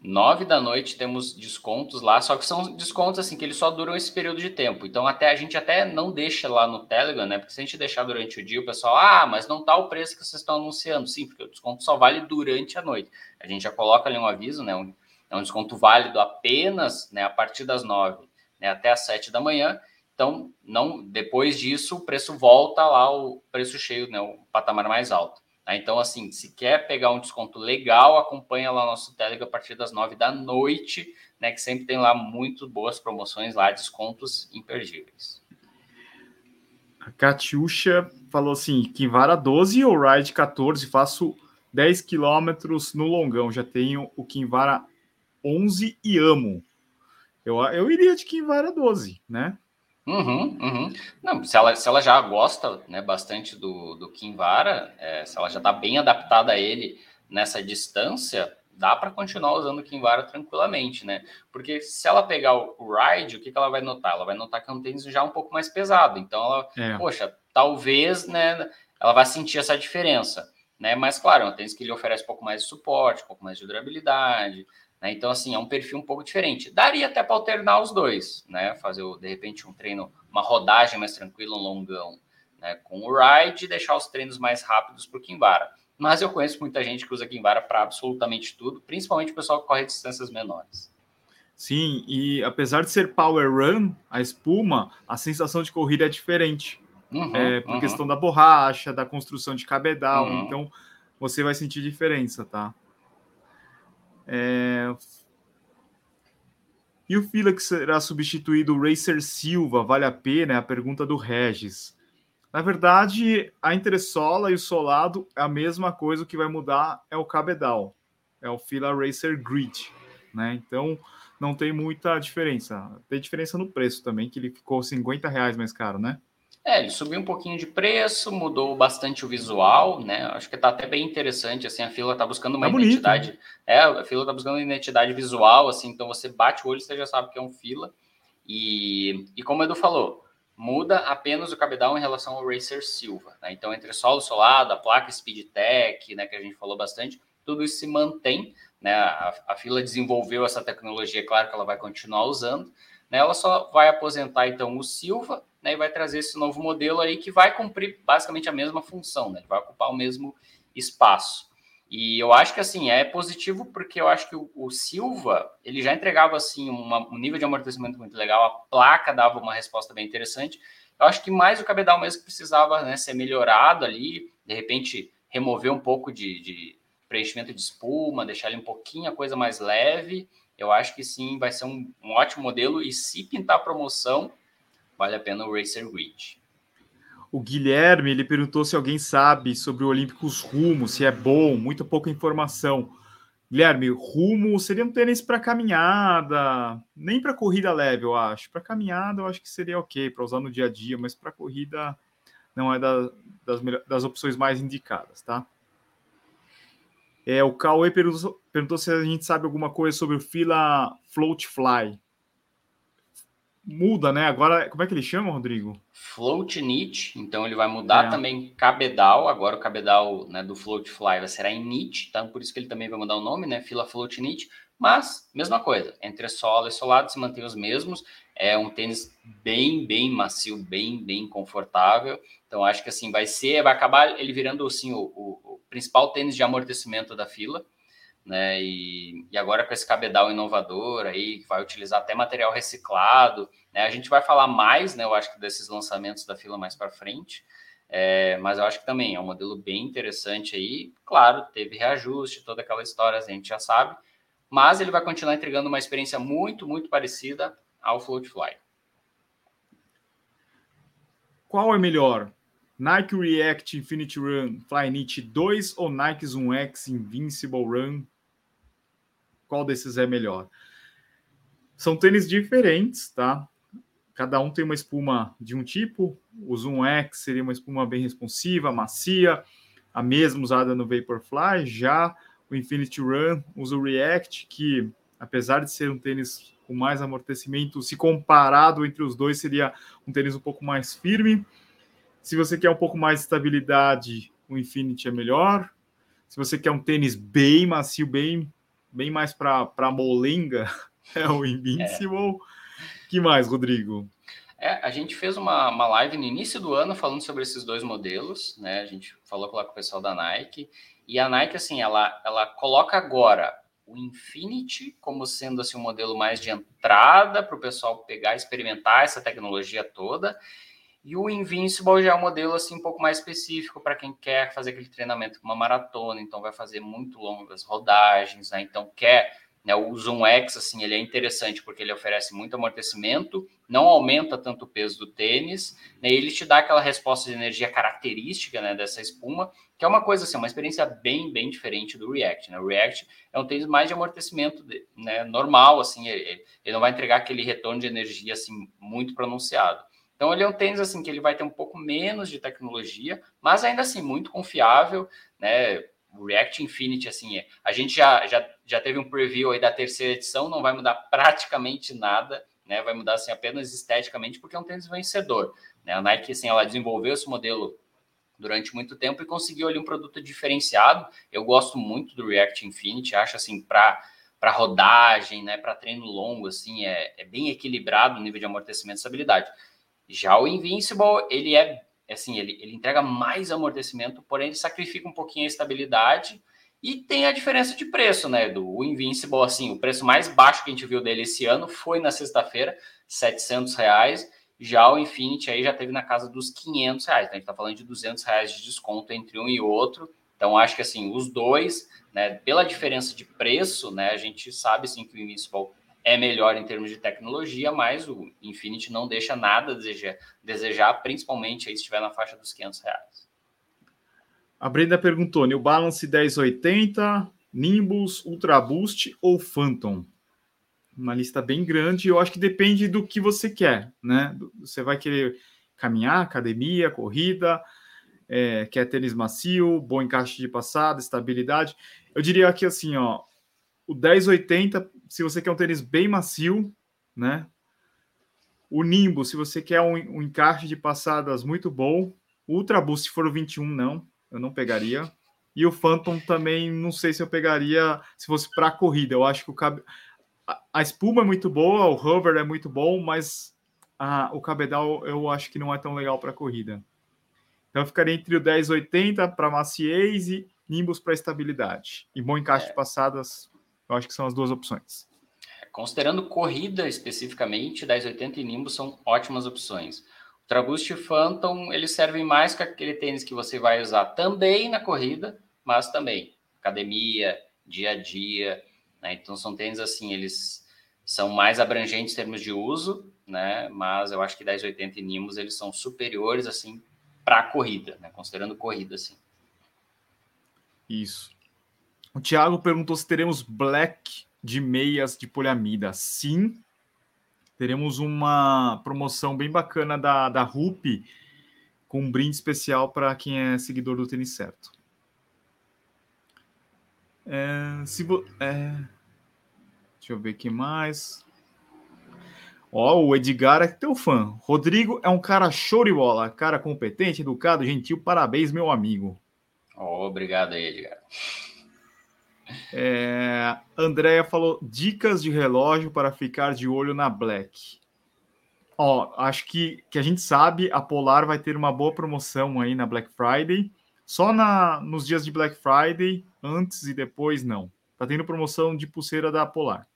Speaker 1: 9 da noite temos descontos lá, só que são descontos assim que eles só duram esse período de tempo. Então até a gente até não deixa lá no Telegram, né? Porque se a gente deixar durante o dia, o pessoal, mas não tá o preço que vocês estão anunciando. Sim, porque o desconto só vale durante a noite. A gente já coloca ali um aviso, né? É um desconto válido apenas, né, a partir das 9, né, até as 7 da manhã. Então, não, depois disso, o preço volta lá, o preço cheio, né, o patamar mais alto. Então, assim, se quer pegar um desconto legal, acompanha lá o nosso Telegram a partir das 9 da noite, né, que sempre tem lá muito boas promoções lá, descontos imperdíveis.
Speaker 2: A Catiuxa falou assim, Kinvara 12 ou Ride 14, faço 10 quilômetros no longão, já tenho o Kinvara 11 e amo. Eu iria de Kinvara 12, né?
Speaker 1: Não, se ela já gosta, né, bastante do Kinvara, se ela já está bem adaptada a ele nessa distância, dá para continuar usando o Kinvara tranquilamente, né? Porque se ela pegar o Ride, o que ela vai notar? Ela vai notar que é um tênis já um pouco mais pesado. Então, poxa, talvez, né, ela vai sentir essa diferença, né? Mas, claro, é um tênis que lhe oferece um pouco mais de suporte, um pouco mais de durabilidade, né? Então, assim, é um perfil um pouco diferente. Daria até para alternar os dois, né? Fazer, de repente, um treino, uma rodagem mais tranquila, um longão, né, com o Ride e deixar os treinos mais rápidos para o Kinvara. Mas eu conheço muita gente que usa Kinvara para absolutamente tudo, principalmente o pessoal que corre distâncias menores.
Speaker 2: Sim, e apesar de ser Power Run, a espuma, a sensação de corrida é diferente. Por questão da borracha, da construção de cabedal, então você vai sentir diferença, tá? E o Fila que será substituído o Racer Silva, vale a pena? É a pergunta do Regis. Na verdade, a entressola e o solado é a mesma coisa, o que vai mudar é o cabedal. É o Fila Racer Grid, né? Então, não tem muita diferença. Tem diferença no preço também, que ele ficou R$50 mais caro, né?
Speaker 1: Ele subiu um pouquinho de preço, mudou bastante o visual, né? Acho que tá até bem interessante, assim, a Fila tá buscando uma identidade...
Speaker 2: Bonito.
Speaker 1: A Fila tá buscando uma identidade visual, assim, então você bate o olho e você já sabe que é um Fila. E como o Edu falou, muda apenas o cabedal em relação ao Racer Silva, né? Então, entre solo solado, a placa Speedtech, né, que a gente falou bastante, tudo isso se mantém, né? A Fila desenvolveu essa tecnologia, claro que ela vai continuar usando, né? Ela só vai aposentar, então, o Silva, né, e vai trazer esse novo modelo aí que vai cumprir basicamente a mesma função, né? Ele vai ocupar o mesmo espaço. E eu acho que, assim, é positivo porque eu acho que o Silva, ele já entregava, assim, um nível de amortecimento muito legal, a placa dava uma resposta bem interessante. Eu acho que mais o cabedal mesmo precisava, né, ser melhorado ali, de repente remover um pouco de preenchimento de espuma, deixar ele um pouquinho a coisa mais leve. Eu acho que sim, vai ser um ótimo modelo e se pintar promoção, vale a pena o Racer Grid.
Speaker 2: O Guilherme, ele perguntou se alguém sabe sobre o Olímpicos Rumo, se é bom, muito pouca informação. Guilherme, Rumo seria um tênis para caminhada, nem para corrida leve, eu acho. Para caminhada, eu acho que seria ok, para usar no dia a dia, mas para corrida não é das opções mais indicadas, tá? O Cauê perguntou se a gente sabe alguma coisa sobre o Fila Float Fly. Muda, né? Agora, como é que ele chama, Rodrigo?
Speaker 1: Float Knit, então ele vai mudar também cabedal. Agora o cabedal, né, do Float Fly será em knit, então por isso que ele também vai mudar o nome, né? Fila Float Knit. Mas, mesma coisa, entre solo e solado se mantém os mesmos. É um tênis bem macio, bem confortável. Então acho que assim vai acabar ele virando assim o principal tênis de amortecimento da Fila, né? E agora com esse cabedal inovador aí, que vai utilizar até material reciclado, né? A gente vai falar mais, né? Eu acho que desses lançamentos da Fila mais para frente, mas eu acho que também é um modelo bem interessante aí. Claro, teve reajuste, toda aquela história, a gente já sabe, mas ele vai continuar entregando uma experiência muito parecida ao Floatfly.
Speaker 2: Qual é melhor? Nike React Infinity Run Flyknit 2 ou Nike Zoom X Invincible Run? Qual desses é melhor? São tênis diferentes, tá? Cada um tem uma espuma de um tipo. O Zoom X seria uma espuma bem responsiva, macia, a mesma usada no Vaporfly. Já o Infinity Run usa o React, que apesar de ser um tênis com mais amortecimento, se comparado entre os dois, seria um tênis um pouco mais firme. Se você quer um pouco mais de estabilidade, o Infinity é melhor. Se você quer um tênis bem macio, bem bem mais para molenga, é o Invincible. Que mais, Rodrigo?
Speaker 1: A gente fez uma live no início do ano falando sobre esses dois modelos, né? A gente falou lá com o pessoal da Nike. E a Nike, assim, ela coloca agora o Infinity como sendo assim, um modelo mais de entrada para o pessoal pegar e experimentar essa tecnologia toda. E o Invincible já é um modelo assim, um pouco mais específico para quem quer fazer aquele treinamento com uma maratona, então vai fazer muito longas rodagens, né? Então quer, né, o Zoom X, assim, ele é interessante porque ele oferece muito amortecimento, não aumenta tanto o peso do tênis, né? E ele te dá aquela resposta de energia característica, né, dessa espuma, que é uma coisa assim, uma experiência bem diferente do React, né? O React é um tênis mais de amortecimento, né, normal, assim, ele não vai entregar aquele retorno de energia assim muito pronunciado. Então, ele é um tênis assim que ele vai ter um pouco menos de tecnologia, mas ainda assim muito confiável, né? O React Infinity, assim, a gente já teve um preview aí da terceira edição, não vai mudar praticamente nada, né? Vai mudar assim apenas esteticamente, porque é um tênis vencedor, né? A Nike, assim, ela desenvolveu esse modelo durante muito tempo e conseguiu ali um produto diferenciado. Eu gosto muito do React Infinity, acho assim para rodagem, né? Para treino longo, assim, é bem equilibrado o nível de amortecimento e estabilidade. Já o Invincible, ele é assim, ele entrega mais amortecimento, porém ele sacrifica um pouquinho a estabilidade e tem a diferença de preço, né? Do Invincible, assim, o preço mais baixo que a gente viu dele esse ano foi na sexta-feira, R$ 700. Já o Infinity aí já teve na casa dos R$ 500. Então a gente tá falando de R$ 200 de desconto entre um e outro. Então acho que assim, os dois, né, pela diferença de preço, né, a gente sabe sim que o Invincible é melhor em termos de tecnologia, mas o Infinity não deixa nada a desejar, principalmente aí se estiver na faixa dos R$ 500.
Speaker 2: A Brenda perguntou, New Balance 1080, Nimbus, Ultra Boost ou Phantom? Uma lista bem grande, eu acho que depende do que você quer, né? Você vai querer caminhar, academia, corrida, quer tênis macio, bom encaixe de passada, estabilidade. Eu diria que assim, ó, o 1080, se você quer um tênis bem macio, né? O Nimbus, se você quer um encaixe de passadas muito bom. O Ultra Boost, se for o 21, não, eu não pegaria. E o Phantom também, não sei se eu pegaria se fosse para corrida. Eu acho que a espuma é muito boa, o hover é muito bom, mas o cabedal eu acho que não é tão legal para corrida. Então eu ficaria entre o 1080 para maciez e Nimbus para estabilidade. E bom encaixe de passadas, eu acho que são as duas opções.
Speaker 1: Considerando corrida especificamente, 1080 e Nimbus são ótimas opções. O Traboost e Phantom, eles servem mais com aquele tênis que você vai usar também na corrida, mas também academia, dia a dia, né? Então são tênis assim, eles são mais abrangentes em termos de uso, né? Mas eu acho que 1080 e Nimbus eles são superiores assim para a corrida, né? Considerando corrida assim.
Speaker 2: Isso. O Thiago perguntou se teremos black de meias de poliamida. Sim, teremos uma promoção bem bacana da Rupi com um brinde especial para quem é seguidor do Tênis Certo. Deixa eu ver aqui mais. O Edgar é teu fã. Rodrigo é um cara show de bola, cara competente, educado, gentil. Parabéns, meu amigo.
Speaker 1: Obrigado aí, Edgar.
Speaker 2: Andréia falou dicas de relógio para ficar de olho na Black. Acho que a gente sabe, a Polar vai ter uma boa promoção aí na Black Friday. Só nos dias de Black Friday, antes e depois, não. Tá tendo promoção de pulseira da Polar.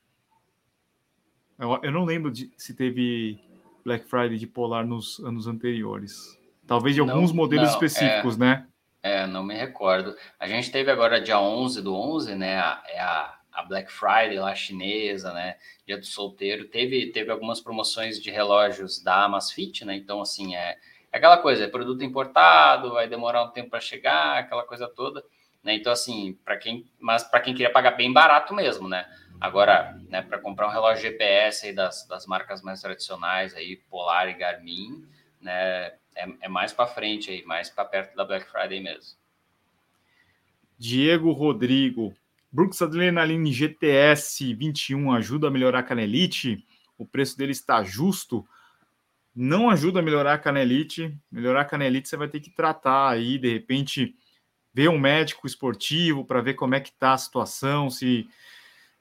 Speaker 2: Eu não lembro se teve Black Friday de Polar nos anos anteriores. Talvez de alguns modelos específicos, né?
Speaker 1: Não me recordo. A gente teve agora dia 11 do 11, né? A Black Friday lá chinesa, né? Dia do solteiro. Teve algumas promoções de relógios da Amazfit, né? Então, assim, é aquela coisa, é produto importado, vai demorar um tempo para chegar, aquela coisa toda, né? Então, assim, para quem queria pagar bem barato mesmo, né? Agora, né, para comprar um relógio GPS aí das marcas mais tradicionais, aí, Polar e Garmin, né? É mais para frente aí, mais para perto da Black Friday mesmo.
Speaker 2: Diego Rodrigo. Brooks Adrenaline GTS 21 ajuda a melhorar a canelite? O preço dele está justo? Não ajuda a melhorar a canelite. Melhorar a canelite você vai ter que tratar aí, de repente, ver um médico esportivo para ver como é que está a situação, se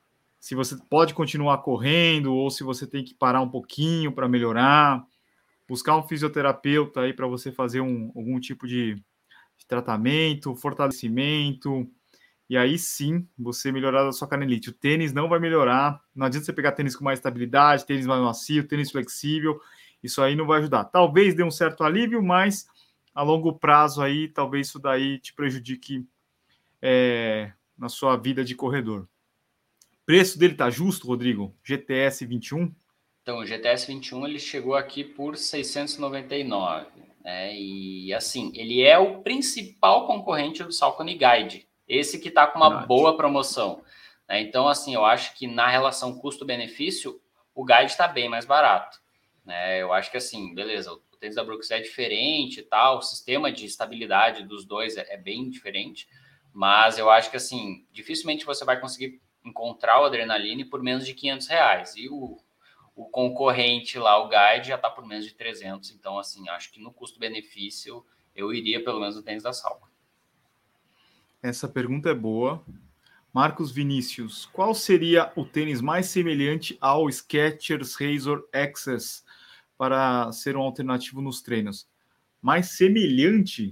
Speaker 2: se você pode continuar correndo ou se você tem que parar um pouquinho para melhorar, buscar um fisioterapeuta aí para você fazer algum tipo de tratamento, fortalecimento, e aí sim você melhorar a sua canelite. O tênis não vai melhorar, não adianta você pegar tênis com mais estabilidade, tênis mais macio, tênis flexível, isso aí não vai ajudar. Talvez dê um certo alívio, mas a longo prazo aí, talvez isso daí te prejudique na sua vida de corredor. O preço dele tá justo, Rodrigo? GTS 21?
Speaker 1: Então, o GTS 21 ele chegou aqui por 699, né? E assim, ele é o principal concorrente do Saucony Guide, esse que está com uma boa promoção, né? Então, assim, eu acho que na relação custo-benefício, o Guide está bem mais barato, né? Eu acho que assim, beleza, o tênis da Brooks é diferente e tal, o sistema de estabilidade dos dois é bem diferente, mas eu acho que assim, dificilmente você vai conseguir encontrar o Adrenaline por menos de R$500, e o concorrente lá, o Guide, já está por menos de 300. Então, assim, acho que no custo-benefício eu iria pelo menos no tênis da Salco.
Speaker 2: Essa pergunta é boa. Marcos Vinícius, qual seria o tênis mais semelhante ao Skechers Razor Access para ser um alternativo nos treinos? Mais semelhante?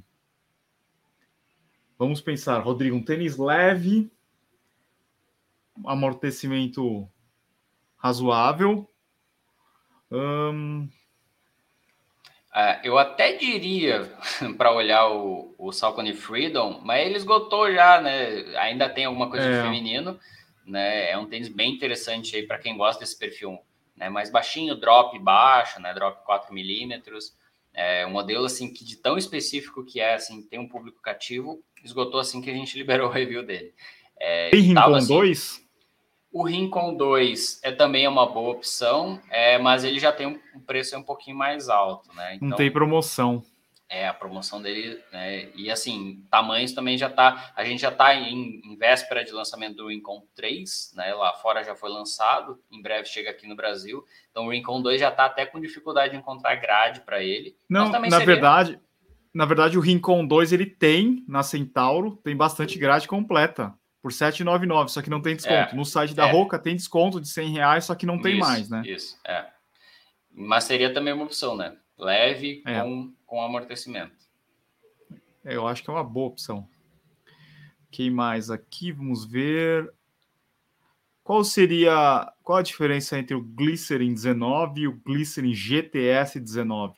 Speaker 2: Vamos pensar, Rodrigo, um tênis leve, amortecimento razoável.
Speaker 1: Eu até diria para olhar o Saucony Freedom, mas ele esgotou já, né? Ainda tem alguma coisa de feminino, né? É um tênis bem interessante aí para quem gosta desse perfil, né? Mais baixinho, drop baixo, né? Drop 4 milímetros. É um modelo assim que de tão específico que é, assim, tem um público cativo, esgotou assim que a gente liberou o review dele.
Speaker 2: Tem Rincon
Speaker 1: assim,
Speaker 2: 2?
Speaker 1: O Rincon 2 também uma boa opção, mas ele já tem um preço um pouquinho mais alto, né?
Speaker 2: Então, não tem promoção.
Speaker 1: A promoção dele, né? E assim, tamanhos também já tá. A gente já está em véspera de lançamento do Rincon 3, né? Lá fora já foi lançado, em breve chega aqui no Brasil. Então o Rincon 2 já está até com dificuldade de encontrar grade para ele.
Speaker 2: Não,
Speaker 1: também
Speaker 2: na verdade, o Rincon 2 ele tem na Centauro, tem bastante grade completa. Por R$ 799, só que não tem desconto. No site da Roca tem desconto de R$100, só que não tem mais, né?
Speaker 1: Isso, Mas seria também uma opção, né? Leve com amortecimento.
Speaker 2: Eu acho que é uma boa opção. Quem mais aqui? Vamos ver. Qual a diferença entre o Glycerin 19 e o Glycerin GTS 19?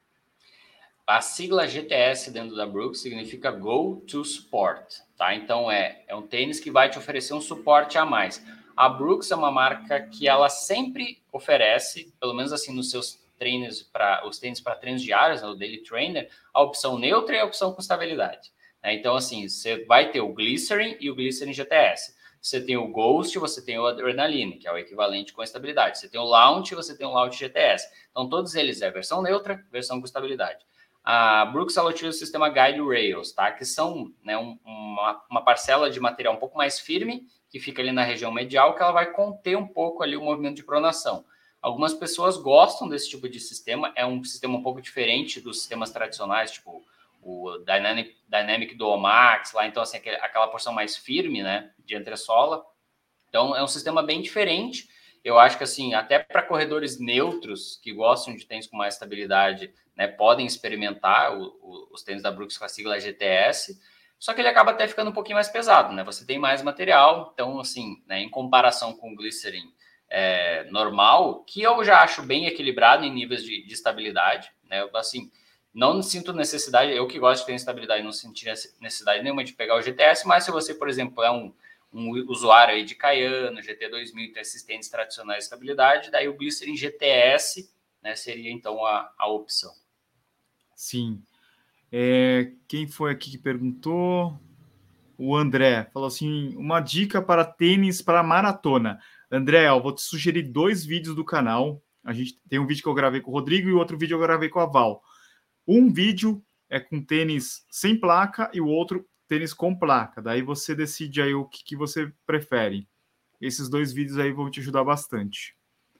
Speaker 1: A sigla GTS dentro da Brooks significa Go to Support, tá? Então é um tênis que vai te oferecer um suporte a mais. A Brooks é uma marca que ela sempre oferece, pelo menos assim nos seus treinos os tênis para treinos diários, né, o Daily Trainer, a opção neutra e a opção com estabilidade. Né? Então assim, você vai ter o Glycerin e o Glycerin GTS. Você tem o Ghost, você tem o Adrenaline, que é o equivalente com estabilidade. Você tem o Launch, você tem o Launch GTS. Então todos eles é versão neutra, versão com estabilidade. A Brooks ela utiliza o sistema Guide Rails, tá? Que são, né, uma parcela de material um pouco mais firme, que fica ali na região medial, que ela vai conter um pouco ali o movimento de pronação. Algumas pessoas gostam desse tipo de sistema, é um sistema um pouco diferente dos sistemas tradicionais, tipo o Dynamic Duo Max, lá, então, assim, aquela porção mais firme, né, de entressola. Então, é um sistema bem diferente. Eu acho que, assim, até para corredores neutros que gostam de tênis com mais estabilidade, né, podem experimentar os tênis da Brooks com a sigla GTS, só que ele acaba até ficando um pouquinho mais pesado, né? Você tem mais material, então, assim, né, em comparação com o Glycerin normal, que eu já acho bem equilibrado em níveis de estabilidade, né? Assim, não sinto necessidade, eu que gosto de ter estabilidade, não senti necessidade nenhuma de pegar o GTS, mas se você, por exemplo, é um usuário aí de Cayano, GT2000, tem esses tênis tradicionais de estabilidade, daí o Glycerin GTS, né, seria então a opção.
Speaker 2: Sim. Quem foi aqui que perguntou? O André falou assim: uma dica para tênis para maratona. André, eu vou te sugerir 2 vídeos do canal. A gente tem um vídeo que eu gravei com o Rodrigo e outro vídeo eu gravei com a Val. Um vídeo é com tênis sem placa e o outro tênis com placa. Daí você decide aí o que você prefere. Esses 2 vídeos aí vão te ajudar bastante.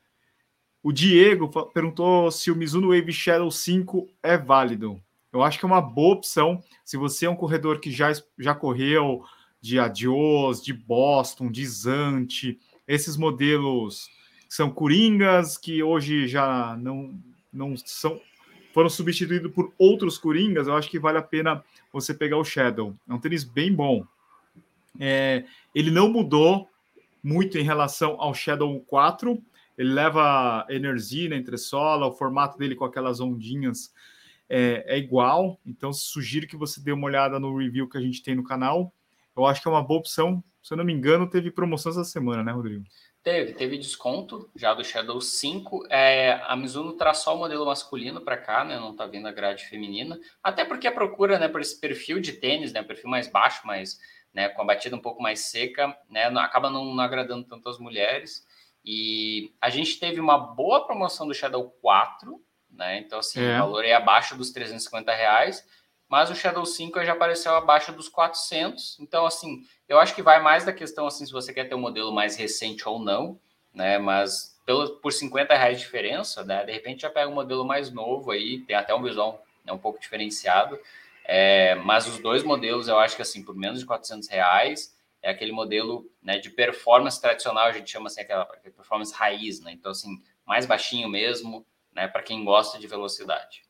Speaker 2: O Diego perguntou se o Mizuno Wave Shadow 5 é válido. Eu acho que é uma boa opção. Se você é um corredor que já correu de Adios, de Boston, de Zante, esses modelos são coringas, que hoje já não são, foram substituídos por outros coringas, eu acho que vale a pena você pegar o Shadow. É um tênis bem bom. Ele não mudou muito em relação ao Shadow 4, ele leva energia na entressola, o formato dele com aquelas ondinhas é igual, então sugiro que você dê uma olhada no review que a gente tem no canal. Eu acho que é uma boa opção. Se eu não me engano, teve promoção essa semana, né, Rodrigo?
Speaker 1: Teve desconto já do Shadow 5. A Mizuno traz só o modelo masculino para cá, né? Não tá vindo a grade feminina. Até porque a procura, né, por esse perfil de tênis, né, perfil mais baixo, mais, né, com a batida um pouco mais seca, né, acaba não agradando tanto as mulheres. E a gente teve uma boa promoção do Shadow 4, né? Então, assim, o valor é abaixo dos R$350, mas o Shadow 5 já apareceu abaixo dos 400. Então, assim, eu acho que vai mais da questão, assim, se você quer ter um modelo mais recente ou não, né? Mas por R$50 de diferença, né? De repente já pega um modelo mais novo aí, tem até um visual, né, um pouco diferenciado. Mas os dois modelos, eu acho que, assim, por menos de R$400, é aquele modelo, né, de performance tradicional, a gente chama assim, aquela performance raiz, né? Então, assim, mais baixinho mesmo, né, para quem gosta de velocidade.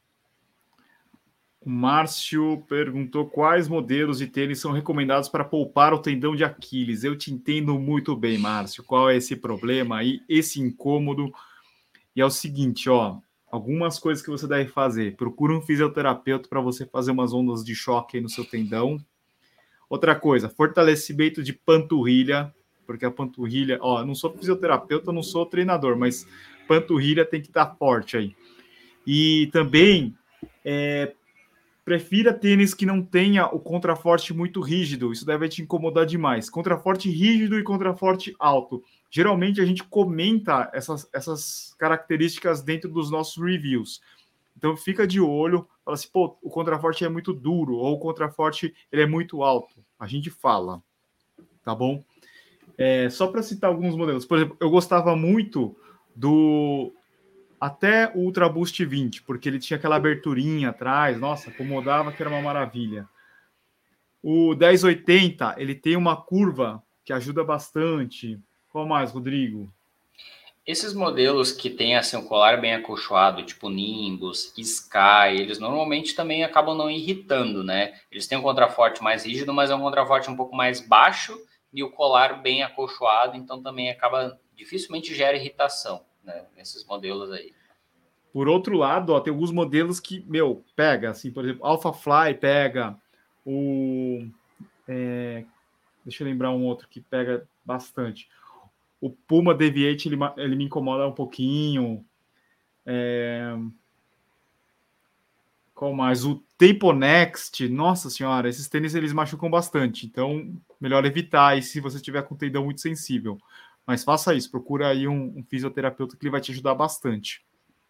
Speaker 2: O Márcio perguntou quais modelos de tênis são recomendados para poupar o tendão de Aquiles. Eu te entendo muito bem, Márcio. Qual é esse problema aí, esse incômodo? E é o seguinte, ó, algumas coisas que você deve fazer. Procura um fisioterapeuta para você fazer umas ondas de choque aí no seu tendão. Outra coisa, fortalecimento de panturrilha, porque a panturrilha, ó, eu não sou fisioterapeuta, não sou treinador, mas panturrilha tem que estar forte aí. E também prefira tênis que não tenha o contraforte muito rígido, isso deve te incomodar demais. Contraforte rígido e contraforte alto. Geralmente a gente comenta essas características dentro dos nossos reviews. Então fica de olho, fala assim, pô, o contraforte é muito duro, ou o contraforte ele é muito alto. A gente fala, tá bom? Só para citar alguns modelos, por exemplo, eu gostava muito do até o Ultra Boost 20, porque ele tinha aquela aberturinha atrás, nossa, acomodava que era uma maravilha. O 1080, ele tem uma curva que ajuda bastante. Qual mais, Rodrigo?
Speaker 1: Esses modelos que têm assim, um colar bem acolchoado, tipo Nimbus, Sky, eles normalmente também acabam não irritando, né? Eles têm um contraforte mais rígido, mas é um contraforte um pouco mais baixo e o colar bem acolchoado, então também acaba, dificilmente gera irritação, né? Nesses modelos aí.
Speaker 2: Por outro lado, ó, tem alguns modelos que, pega, assim, por exemplo, Alpha Fly pega, deixa eu lembrar um outro que pega bastante. O Puma Deviate, ele me incomoda um pouquinho. Qual mais? O Tempo Next, nossa senhora, esses tênis eles machucam bastante, então melhor evitar aí se você tiver com o tendão muito sensível. Mas faça isso, procura aí um fisioterapeuta que ele vai te ajudar bastante.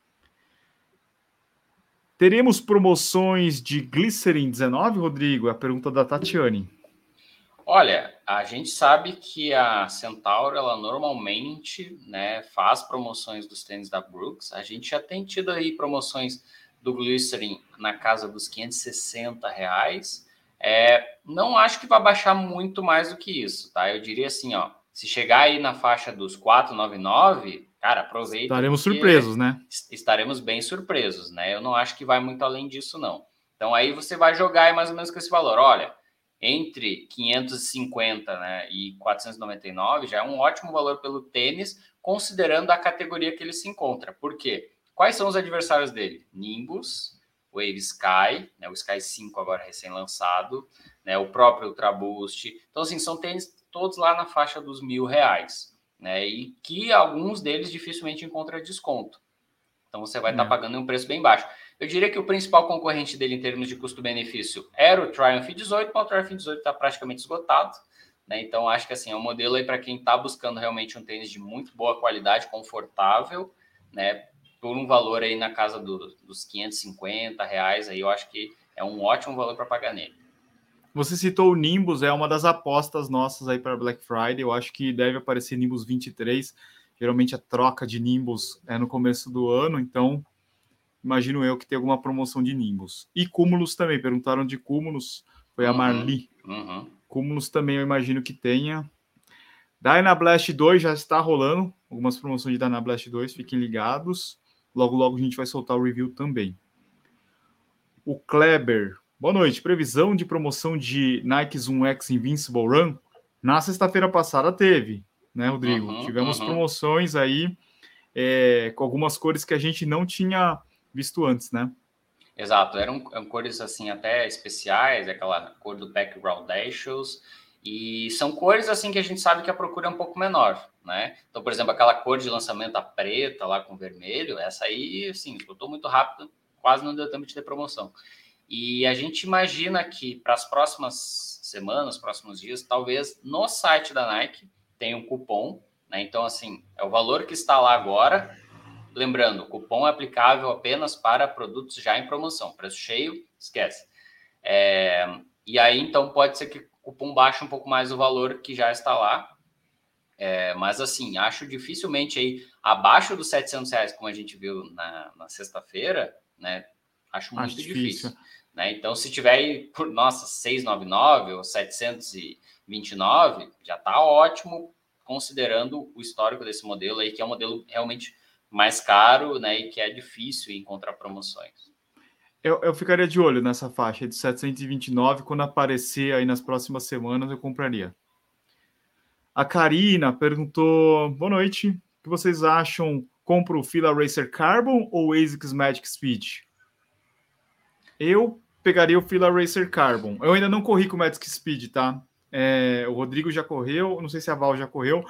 Speaker 2: Teremos promoções de Glycerin 19, Rodrigo? É a pergunta da Tatiane.
Speaker 1: Olha, a gente sabe que a Centauro, ela normalmente, né, faz promoções dos tênis da Brooks. A gente já tem tido aí promoções do Glycerin na casa dos R$560. Não acho que vai baixar muito mais do que isso, tá? Eu diria assim, ó, se chegar aí na faixa dos 499, cara, aproveita
Speaker 2: Estaremos
Speaker 1: porque
Speaker 2: surpresos, né?
Speaker 1: estaremos bem surpresos, né? Eu não acho que vai muito além disso, não. Então aí você vai jogar aí mais ou menos com esse valor. Olha, entre 550, né, e 499 já é um ótimo valor pelo tênis, considerando a categoria que ele se encontra. Por quê? Quais são os adversários dele? Nimbus, Wave Sky, né, o Sky 5 agora recém-lançado, né, o próprio Ultra Boost. Então, assim, são tênis todos lá na faixa dos R$1.000, né, e que alguns deles dificilmente encontram desconto. Então, você vai estar pagando um preço bem baixo. Eu diria que o principal concorrente dele em termos de custo-benefício era o Triumph 18, mas o Triumph 18 está praticamente esgotado. Né? Então, acho que assim, é um modelo aí para quem está buscando realmente um tênis de muito boa qualidade, confortável, né? Por um valor aí na casa dos R$550, aí eu acho que é um ótimo valor para pagar nele.
Speaker 2: Você citou o Nimbus, é uma das apostas nossas aí para Black Friday. Eu acho que deve aparecer Nimbus 23. Geralmente a troca de Nimbus é no começo do ano, então imagino eu que tem alguma promoção de Nimbus. E Cúmulos também, perguntaram de Cúmulos, foi a Marli. Cúmulos também eu imagino que tenha. Dynablast 2 já está rolando. Algumas promoções de Dynablast 2, fiquem ligados. Logo, logo a gente vai soltar o review também. O Kleber. Boa noite. Previsão de promoção de Nike Zoom X Invincible Run? Na sexta-feira passada teve, né, Rodrigo? Tivemos promoções aí com algumas cores que a gente não tinha visto antes, né?
Speaker 1: Exato. Eram cores assim até especiais, aquela cor do Background Audacious. E são cores assim que a gente sabe que a procura é um pouco menor, né? Então, por exemplo, aquela cor de lançamento a preta lá com vermelho, essa aí, assim, esgotou muito rápido, quase não deu tempo de ter promoção. E a gente imagina que para as próximas semanas, próximos dias, talvez no site da Nike tenha um cupom, né? Então, assim, é o valor que está lá agora. Lembrando, o cupom é aplicável apenas para produtos já em promoção. Preço cheio, esquece. E aí, então, pode ser que o cupom baixe um pouco mais o valor que já está lá. Mas, assim, acho dificilmente aí, abaixo dos R$700, como a gente viu na sexta-feira, né? Acho muito difícil. Né? Então, se tiver aí por, nossa, 699 ou 729, já está ótimo, considerando o histórico desse modelo aí, que é um modelo realmente mais caro, né? E que é difícil encontrar promoções.
Speaker 2: Eu ficaria de olho nessa faixa de 729. Quando aparecer aí nas próximas semanas, eu compraria. A Karina perguntou: boa noite, o que vocês acham? Compro o Fila Racer Carbon ou ASICS Magic Speed? Eu pegaria o Fila Racer Carbon. Eu ainda não corri com o Magic Speed, tá? O Rodrigo já correu, não sei se a Val já correu,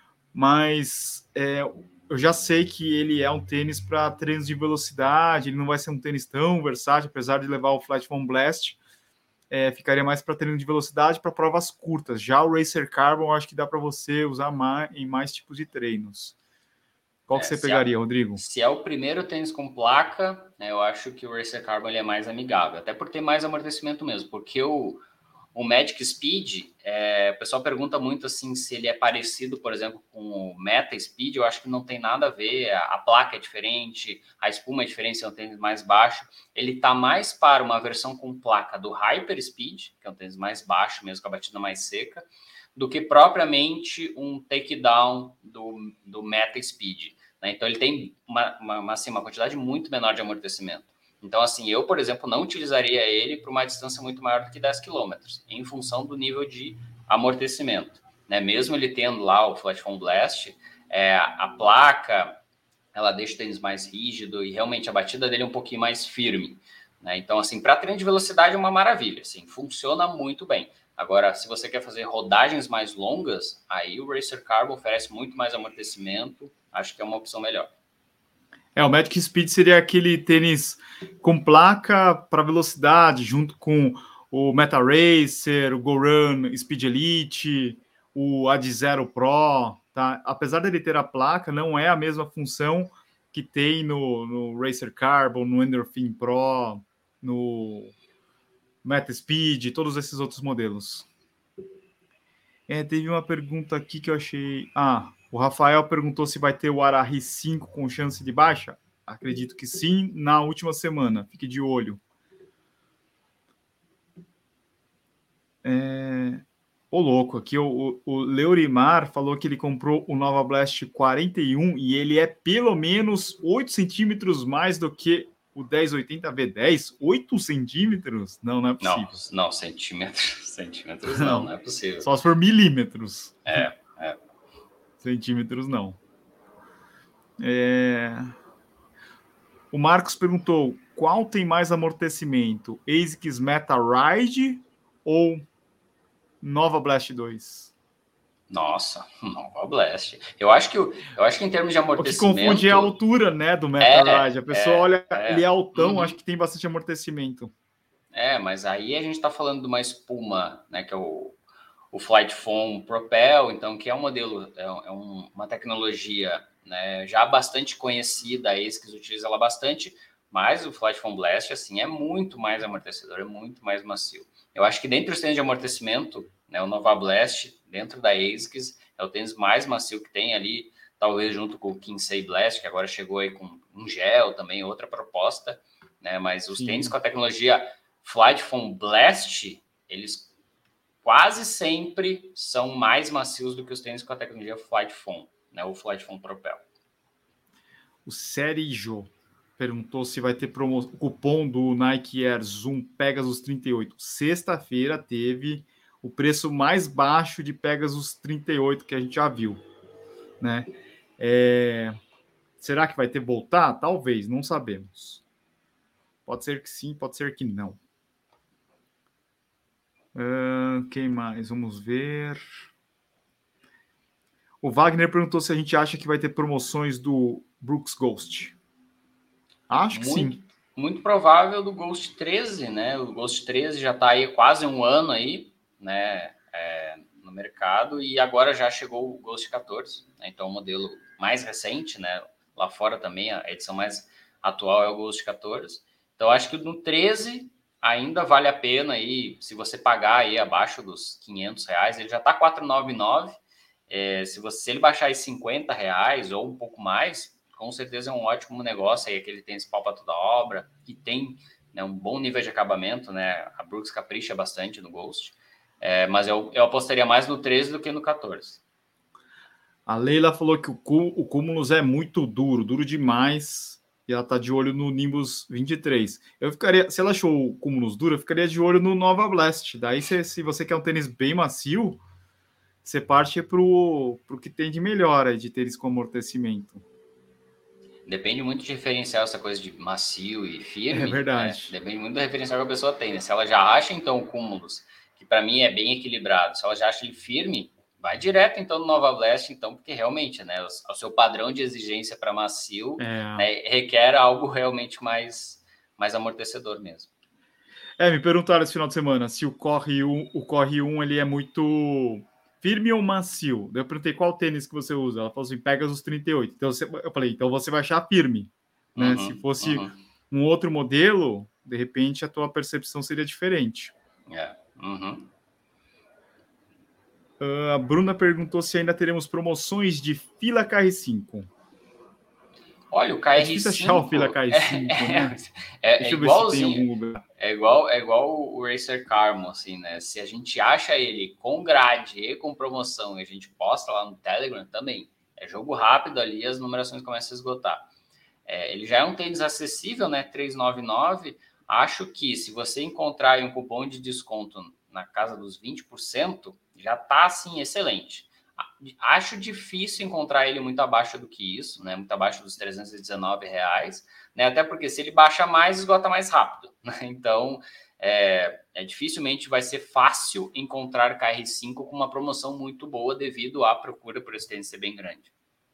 Speaker 2: mas eu já sei que ele é um tênis para treinos de velocidade, ele não vai ser um tênis tão versátil, apesar de levar o Flat Foam Blast. Ficaria mais para treino de velocidade, para provas curtas. Já o Racer Carbon, eu acho que dá para você usar em mais tipos de treinos. Qual que você pegaria, Rodrigo?
Speaker 1: Se é o primeiro tênis com placa, né, eu acho que o Racer Carbon ele é mais amigável, até por ter mais amortecimento mesmo, porque o Magic Speed, o pessoal pergunta muito assim se ele é parecido, por exemplo, com o Meta Speed. Eu acho que não tem nada a ver, a placa é diferente, a espuma é diferente, é um tênis mais baixo. Ele está mais para uma versão com placa do Hyper Speed, que é um tênis mais baixo, mesmo com a batida mais seca, do que propriamente um takedown do Meta Speed. Né? Então ele tem uma quantidade muito menor de amortecimento. Então, assim, eu, por exemplo, não utilizaria ele para uma distância muito maior do que 10 km, em função do nível de amortecimento. Né? Mesmo ele tendo lá o Flat Foam Blast, a placa, ela deixa o tênis mais rígido e realmente a batida dele é um pouquinho mais firme. Né? Então, assim, para treino de velocidade é uma maravilha, assim, funciona muito bem. Agora, se você quer fazer rodagens mais longas, aí o Racer Carbon oferece muito mais amortecimento, acho que é uma opção melhor.
Speaker 2: O Magic Speed seria aquele tênis com placa para velocidade, junto com o Meta Racer, o Go Run Speed Elite, o Ad Zero Pro, tá? Apesar dele ter a placa, não é a mesma função que tem no Racer Carbon, no Endorphin Pro, no Meta Speed, todos esses outros modelos. Teve uma pergunta aqui que eu achei... o Rafael perguntou se vai ter o Arahi 5 com chance de baixa. Acredito que sim, na última semana. Fique de olho. Louco, aqui o Leurimar falou que ele comprou o Nova Blast 41 e ele é pelo menos 8 centímetros mais do que o 1080 V10. 8 centímetros? Não é possível.
Speaker 1: Não, centímetros não é possível.
Speaker 2: Só se for milímetros.
Speaker 1: É.
Speaker 2: Centímetros não. O Marcos perguntou: qual tem mais amortecimento? ASICS Meta Ride ou Nova Blast 2?
Speaker 1: Nossa, Nova Blast. Eu acho que em termos de amortecimento...
Speaker 2: O que confunde é a altura, né, do Meta Ride. A pessoa olha, ele é altão, acho que tem bastante amortecimento.
Speaker 1: Mas aí a gente está falando de uma espuma, né, que é o Flight Foam Propel, então, que é um modelo, uma tecnologia, né, já bastante conhecida, a ASICS utiliza ela bastante, mas o Flight Foam Blast, assim, é muito mais amortecedor, é muito mais macio. Eu acho que dentre os tênis de amortecimento, né, o Nova Blast, dentro da ASICS, é o tênis mais macio que tem ali, talvez junto com o Kinsey Blast, que agora chegou aí com um gel também, outra proposta, né, mas os tênis com a tecnologia Flight Foam Blast, eles quase sempre são mais macios do que os tênis com a tecnologia Flight Foam, né? O Flight Foam Propel.
Speaker 2: O Sérgio perguntou se vai ter cupom do Nike Air Zoom Pegasus 38. Sexta-feira teve o preço mais baixo de Pegasus 38 que a gente já viu, né? Será que vai ter voltar? Talvez, não sabemos. Pode ser que sim, pode ser que não. Quem mais? Vamos ver. O Wagner perguntou se a gente acha que vai ter promoções do Brooks Ghost. Acho que sim.
Speaker 1: Muito provável do Ghost 13, né? O Ghost 13 já está aí quase um ano aí, né? No mercado, e agora já chegou o Ghost 14, né? Então o modelo mais recente, né? Lá fora também, a edição mais atual é o Ghost 14. Então acho que no 13 ainda vale a pena aí, se você pagar aí abaixo dos R$500, ele já está R$499. Se ele baixar aí R$50 ou um pouco mais, com certeza é um ótimo negócio aí, aquele tênis pau para toda obra, que tem, né, um bom nível de acabamento, né? A Brooks capricha bastante no Ghost. Mas eu apostaria mais no 13 do que no 14.
Speaker 2: A Leila falou que o Cumulus é muito duro demais, e ela tá de olho no Nimbus 23. Eu ficaria, se ela achou o Cumulus duro, eu ficaria de olho no Nova Blast. Daí, se você quer um tênis bem macio, você parte pro que tem de melhor aí, de tênis com amortecimento.
Speaker 1: Depende muito de referencial, essa coisa de macio e firme.
Speaker 2: É verdade.
Speaker 1: Né? Depende muito do referencial que a pessoa tem, né? Se ela já acha, então, o Cumulus, que para mim é bem equilibrado, se ela já acha ele firme, vai direto, então, no Nova Blast, então, porque realmente, né, o seu padrão de exigência para macio né, requer algo realmente mais amortecedor mesmo.
Speaker 2: Me perguntaram esse final de semana se o Corre 1 ele é muito firme ou macio. Eu perguntei qual tênis que você usa. Ela falou assim, Pegasus 38. Então eu falei, então você vai achar firme. Né? Se fosse um outro modelo, de repente a tua percepção seria diferente. A Bruna perguntou se ainda teremos promoções de fila KR5.
Speaker 1: Olha, o KR5...
Speaker 2: É difícil achar o fila KR5, né?
Speaker 1: Deixa eu ver se tem algum lugar. É igual o Racer Carmo, assim, né? Se a gente acha ele com grade e com promoção e a gente posta lá no Telegram também, é jogo rápido ali, as numerações começam a esgotar. Ele já é um tênis acessível, né? R$399. Acho que se você encontrar um cupom de desconto na casa dos 20%, já tá, assim, excelente. Acho difícil encontrar ele muito abaixo do que isso, né? Muito abaixo dos R$319, né? Até porque se ele baixa mais, esgota mais rápido, né? Então, dificilmente vai ser fácil encontrar KR5 com uma promoção muito boa devido à procura por esse tênis ser bem grande.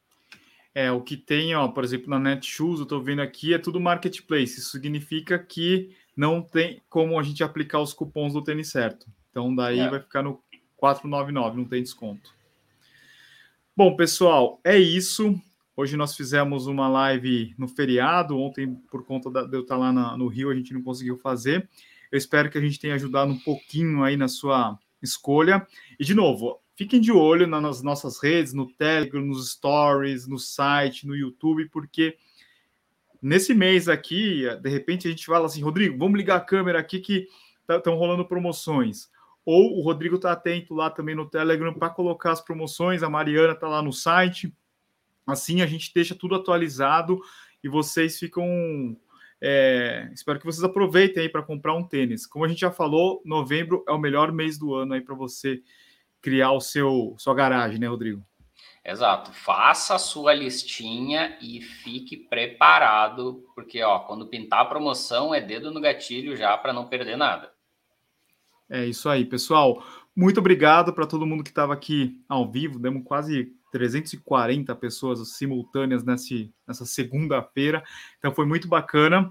Speaker 2: O que tem, por exemplo, na Netshoes, eu estou vendo aqui, é tudo marketplace. Isso significa que não tem como a gente aplicar os cupons do tênis certo. Então, daí vai ficar no R$499, não tem desconto. Bom, pessoal, é isso. Hoje nós fizemos uma live no feriado. Ontem, por conta de eu estar lá no Rio, a gente não conseguiu fazer. Eu espero que a gente tenha ajudado um pouquinho aí na sua escolha. E, de novo, fiquem de olho nas nossas redes, no Telegram, nos Stories, no site, no YouTube, porque nesse mês aqui, de repente, a gente fala assim, Rodrigo, vamos ligar a câmera aqui que estão rolando promoções. Ou o Rodrigo está atento lá também no Telegram para colocar as promoções, a Mariana está lá no site. Assim a gente deixa tudo atualizado e vocês ficam... espero que vocês aproveitem aí para comprar um tênis. Como a gente já falou, novembro é o melhor mês do ano aí para você criar sua garagem, né, Rodrigo?
Speaker 1: Exato. Faça a sua listinha e fique preparado, porque quando pintar a promoção é dedo no gatilho já para não perder nada.
Speaker 2: É isso aí, pessoal. Muito obrigado para todo mundo que estava aqui ao vivo. Demos quase 340 pessoas simultâneas nessa segunda-feira. Então foi muito bacana.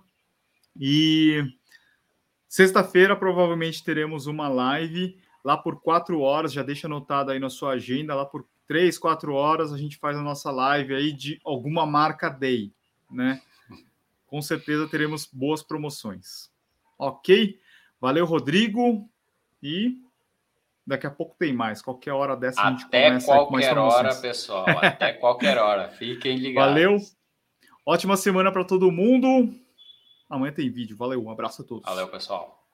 Speaker 2: E sexta-feira provavelmente teremos uma live lá por 4 horas. Já deixa anotado aí na sua agenda. Lá por 3, 4 horas a gente faz a nossa live aí de alguma marca Day, né? Com certeza teremos boas promoções. Ok? Valeu, Rodrigo. E daqui a pouco tem mais. Qualquer hora dessa a gente começa com mais promoções.
Speaker 1: Até qualquer hora, pessoal. Até qualquer hora. Fiquem ligados.
Speaker 2: Valeu. Ótima semana para todo mundo. Amanhã tem vídeo. Valeu. Um abraço a todos.
Speaker 1: Valeu, pessoal.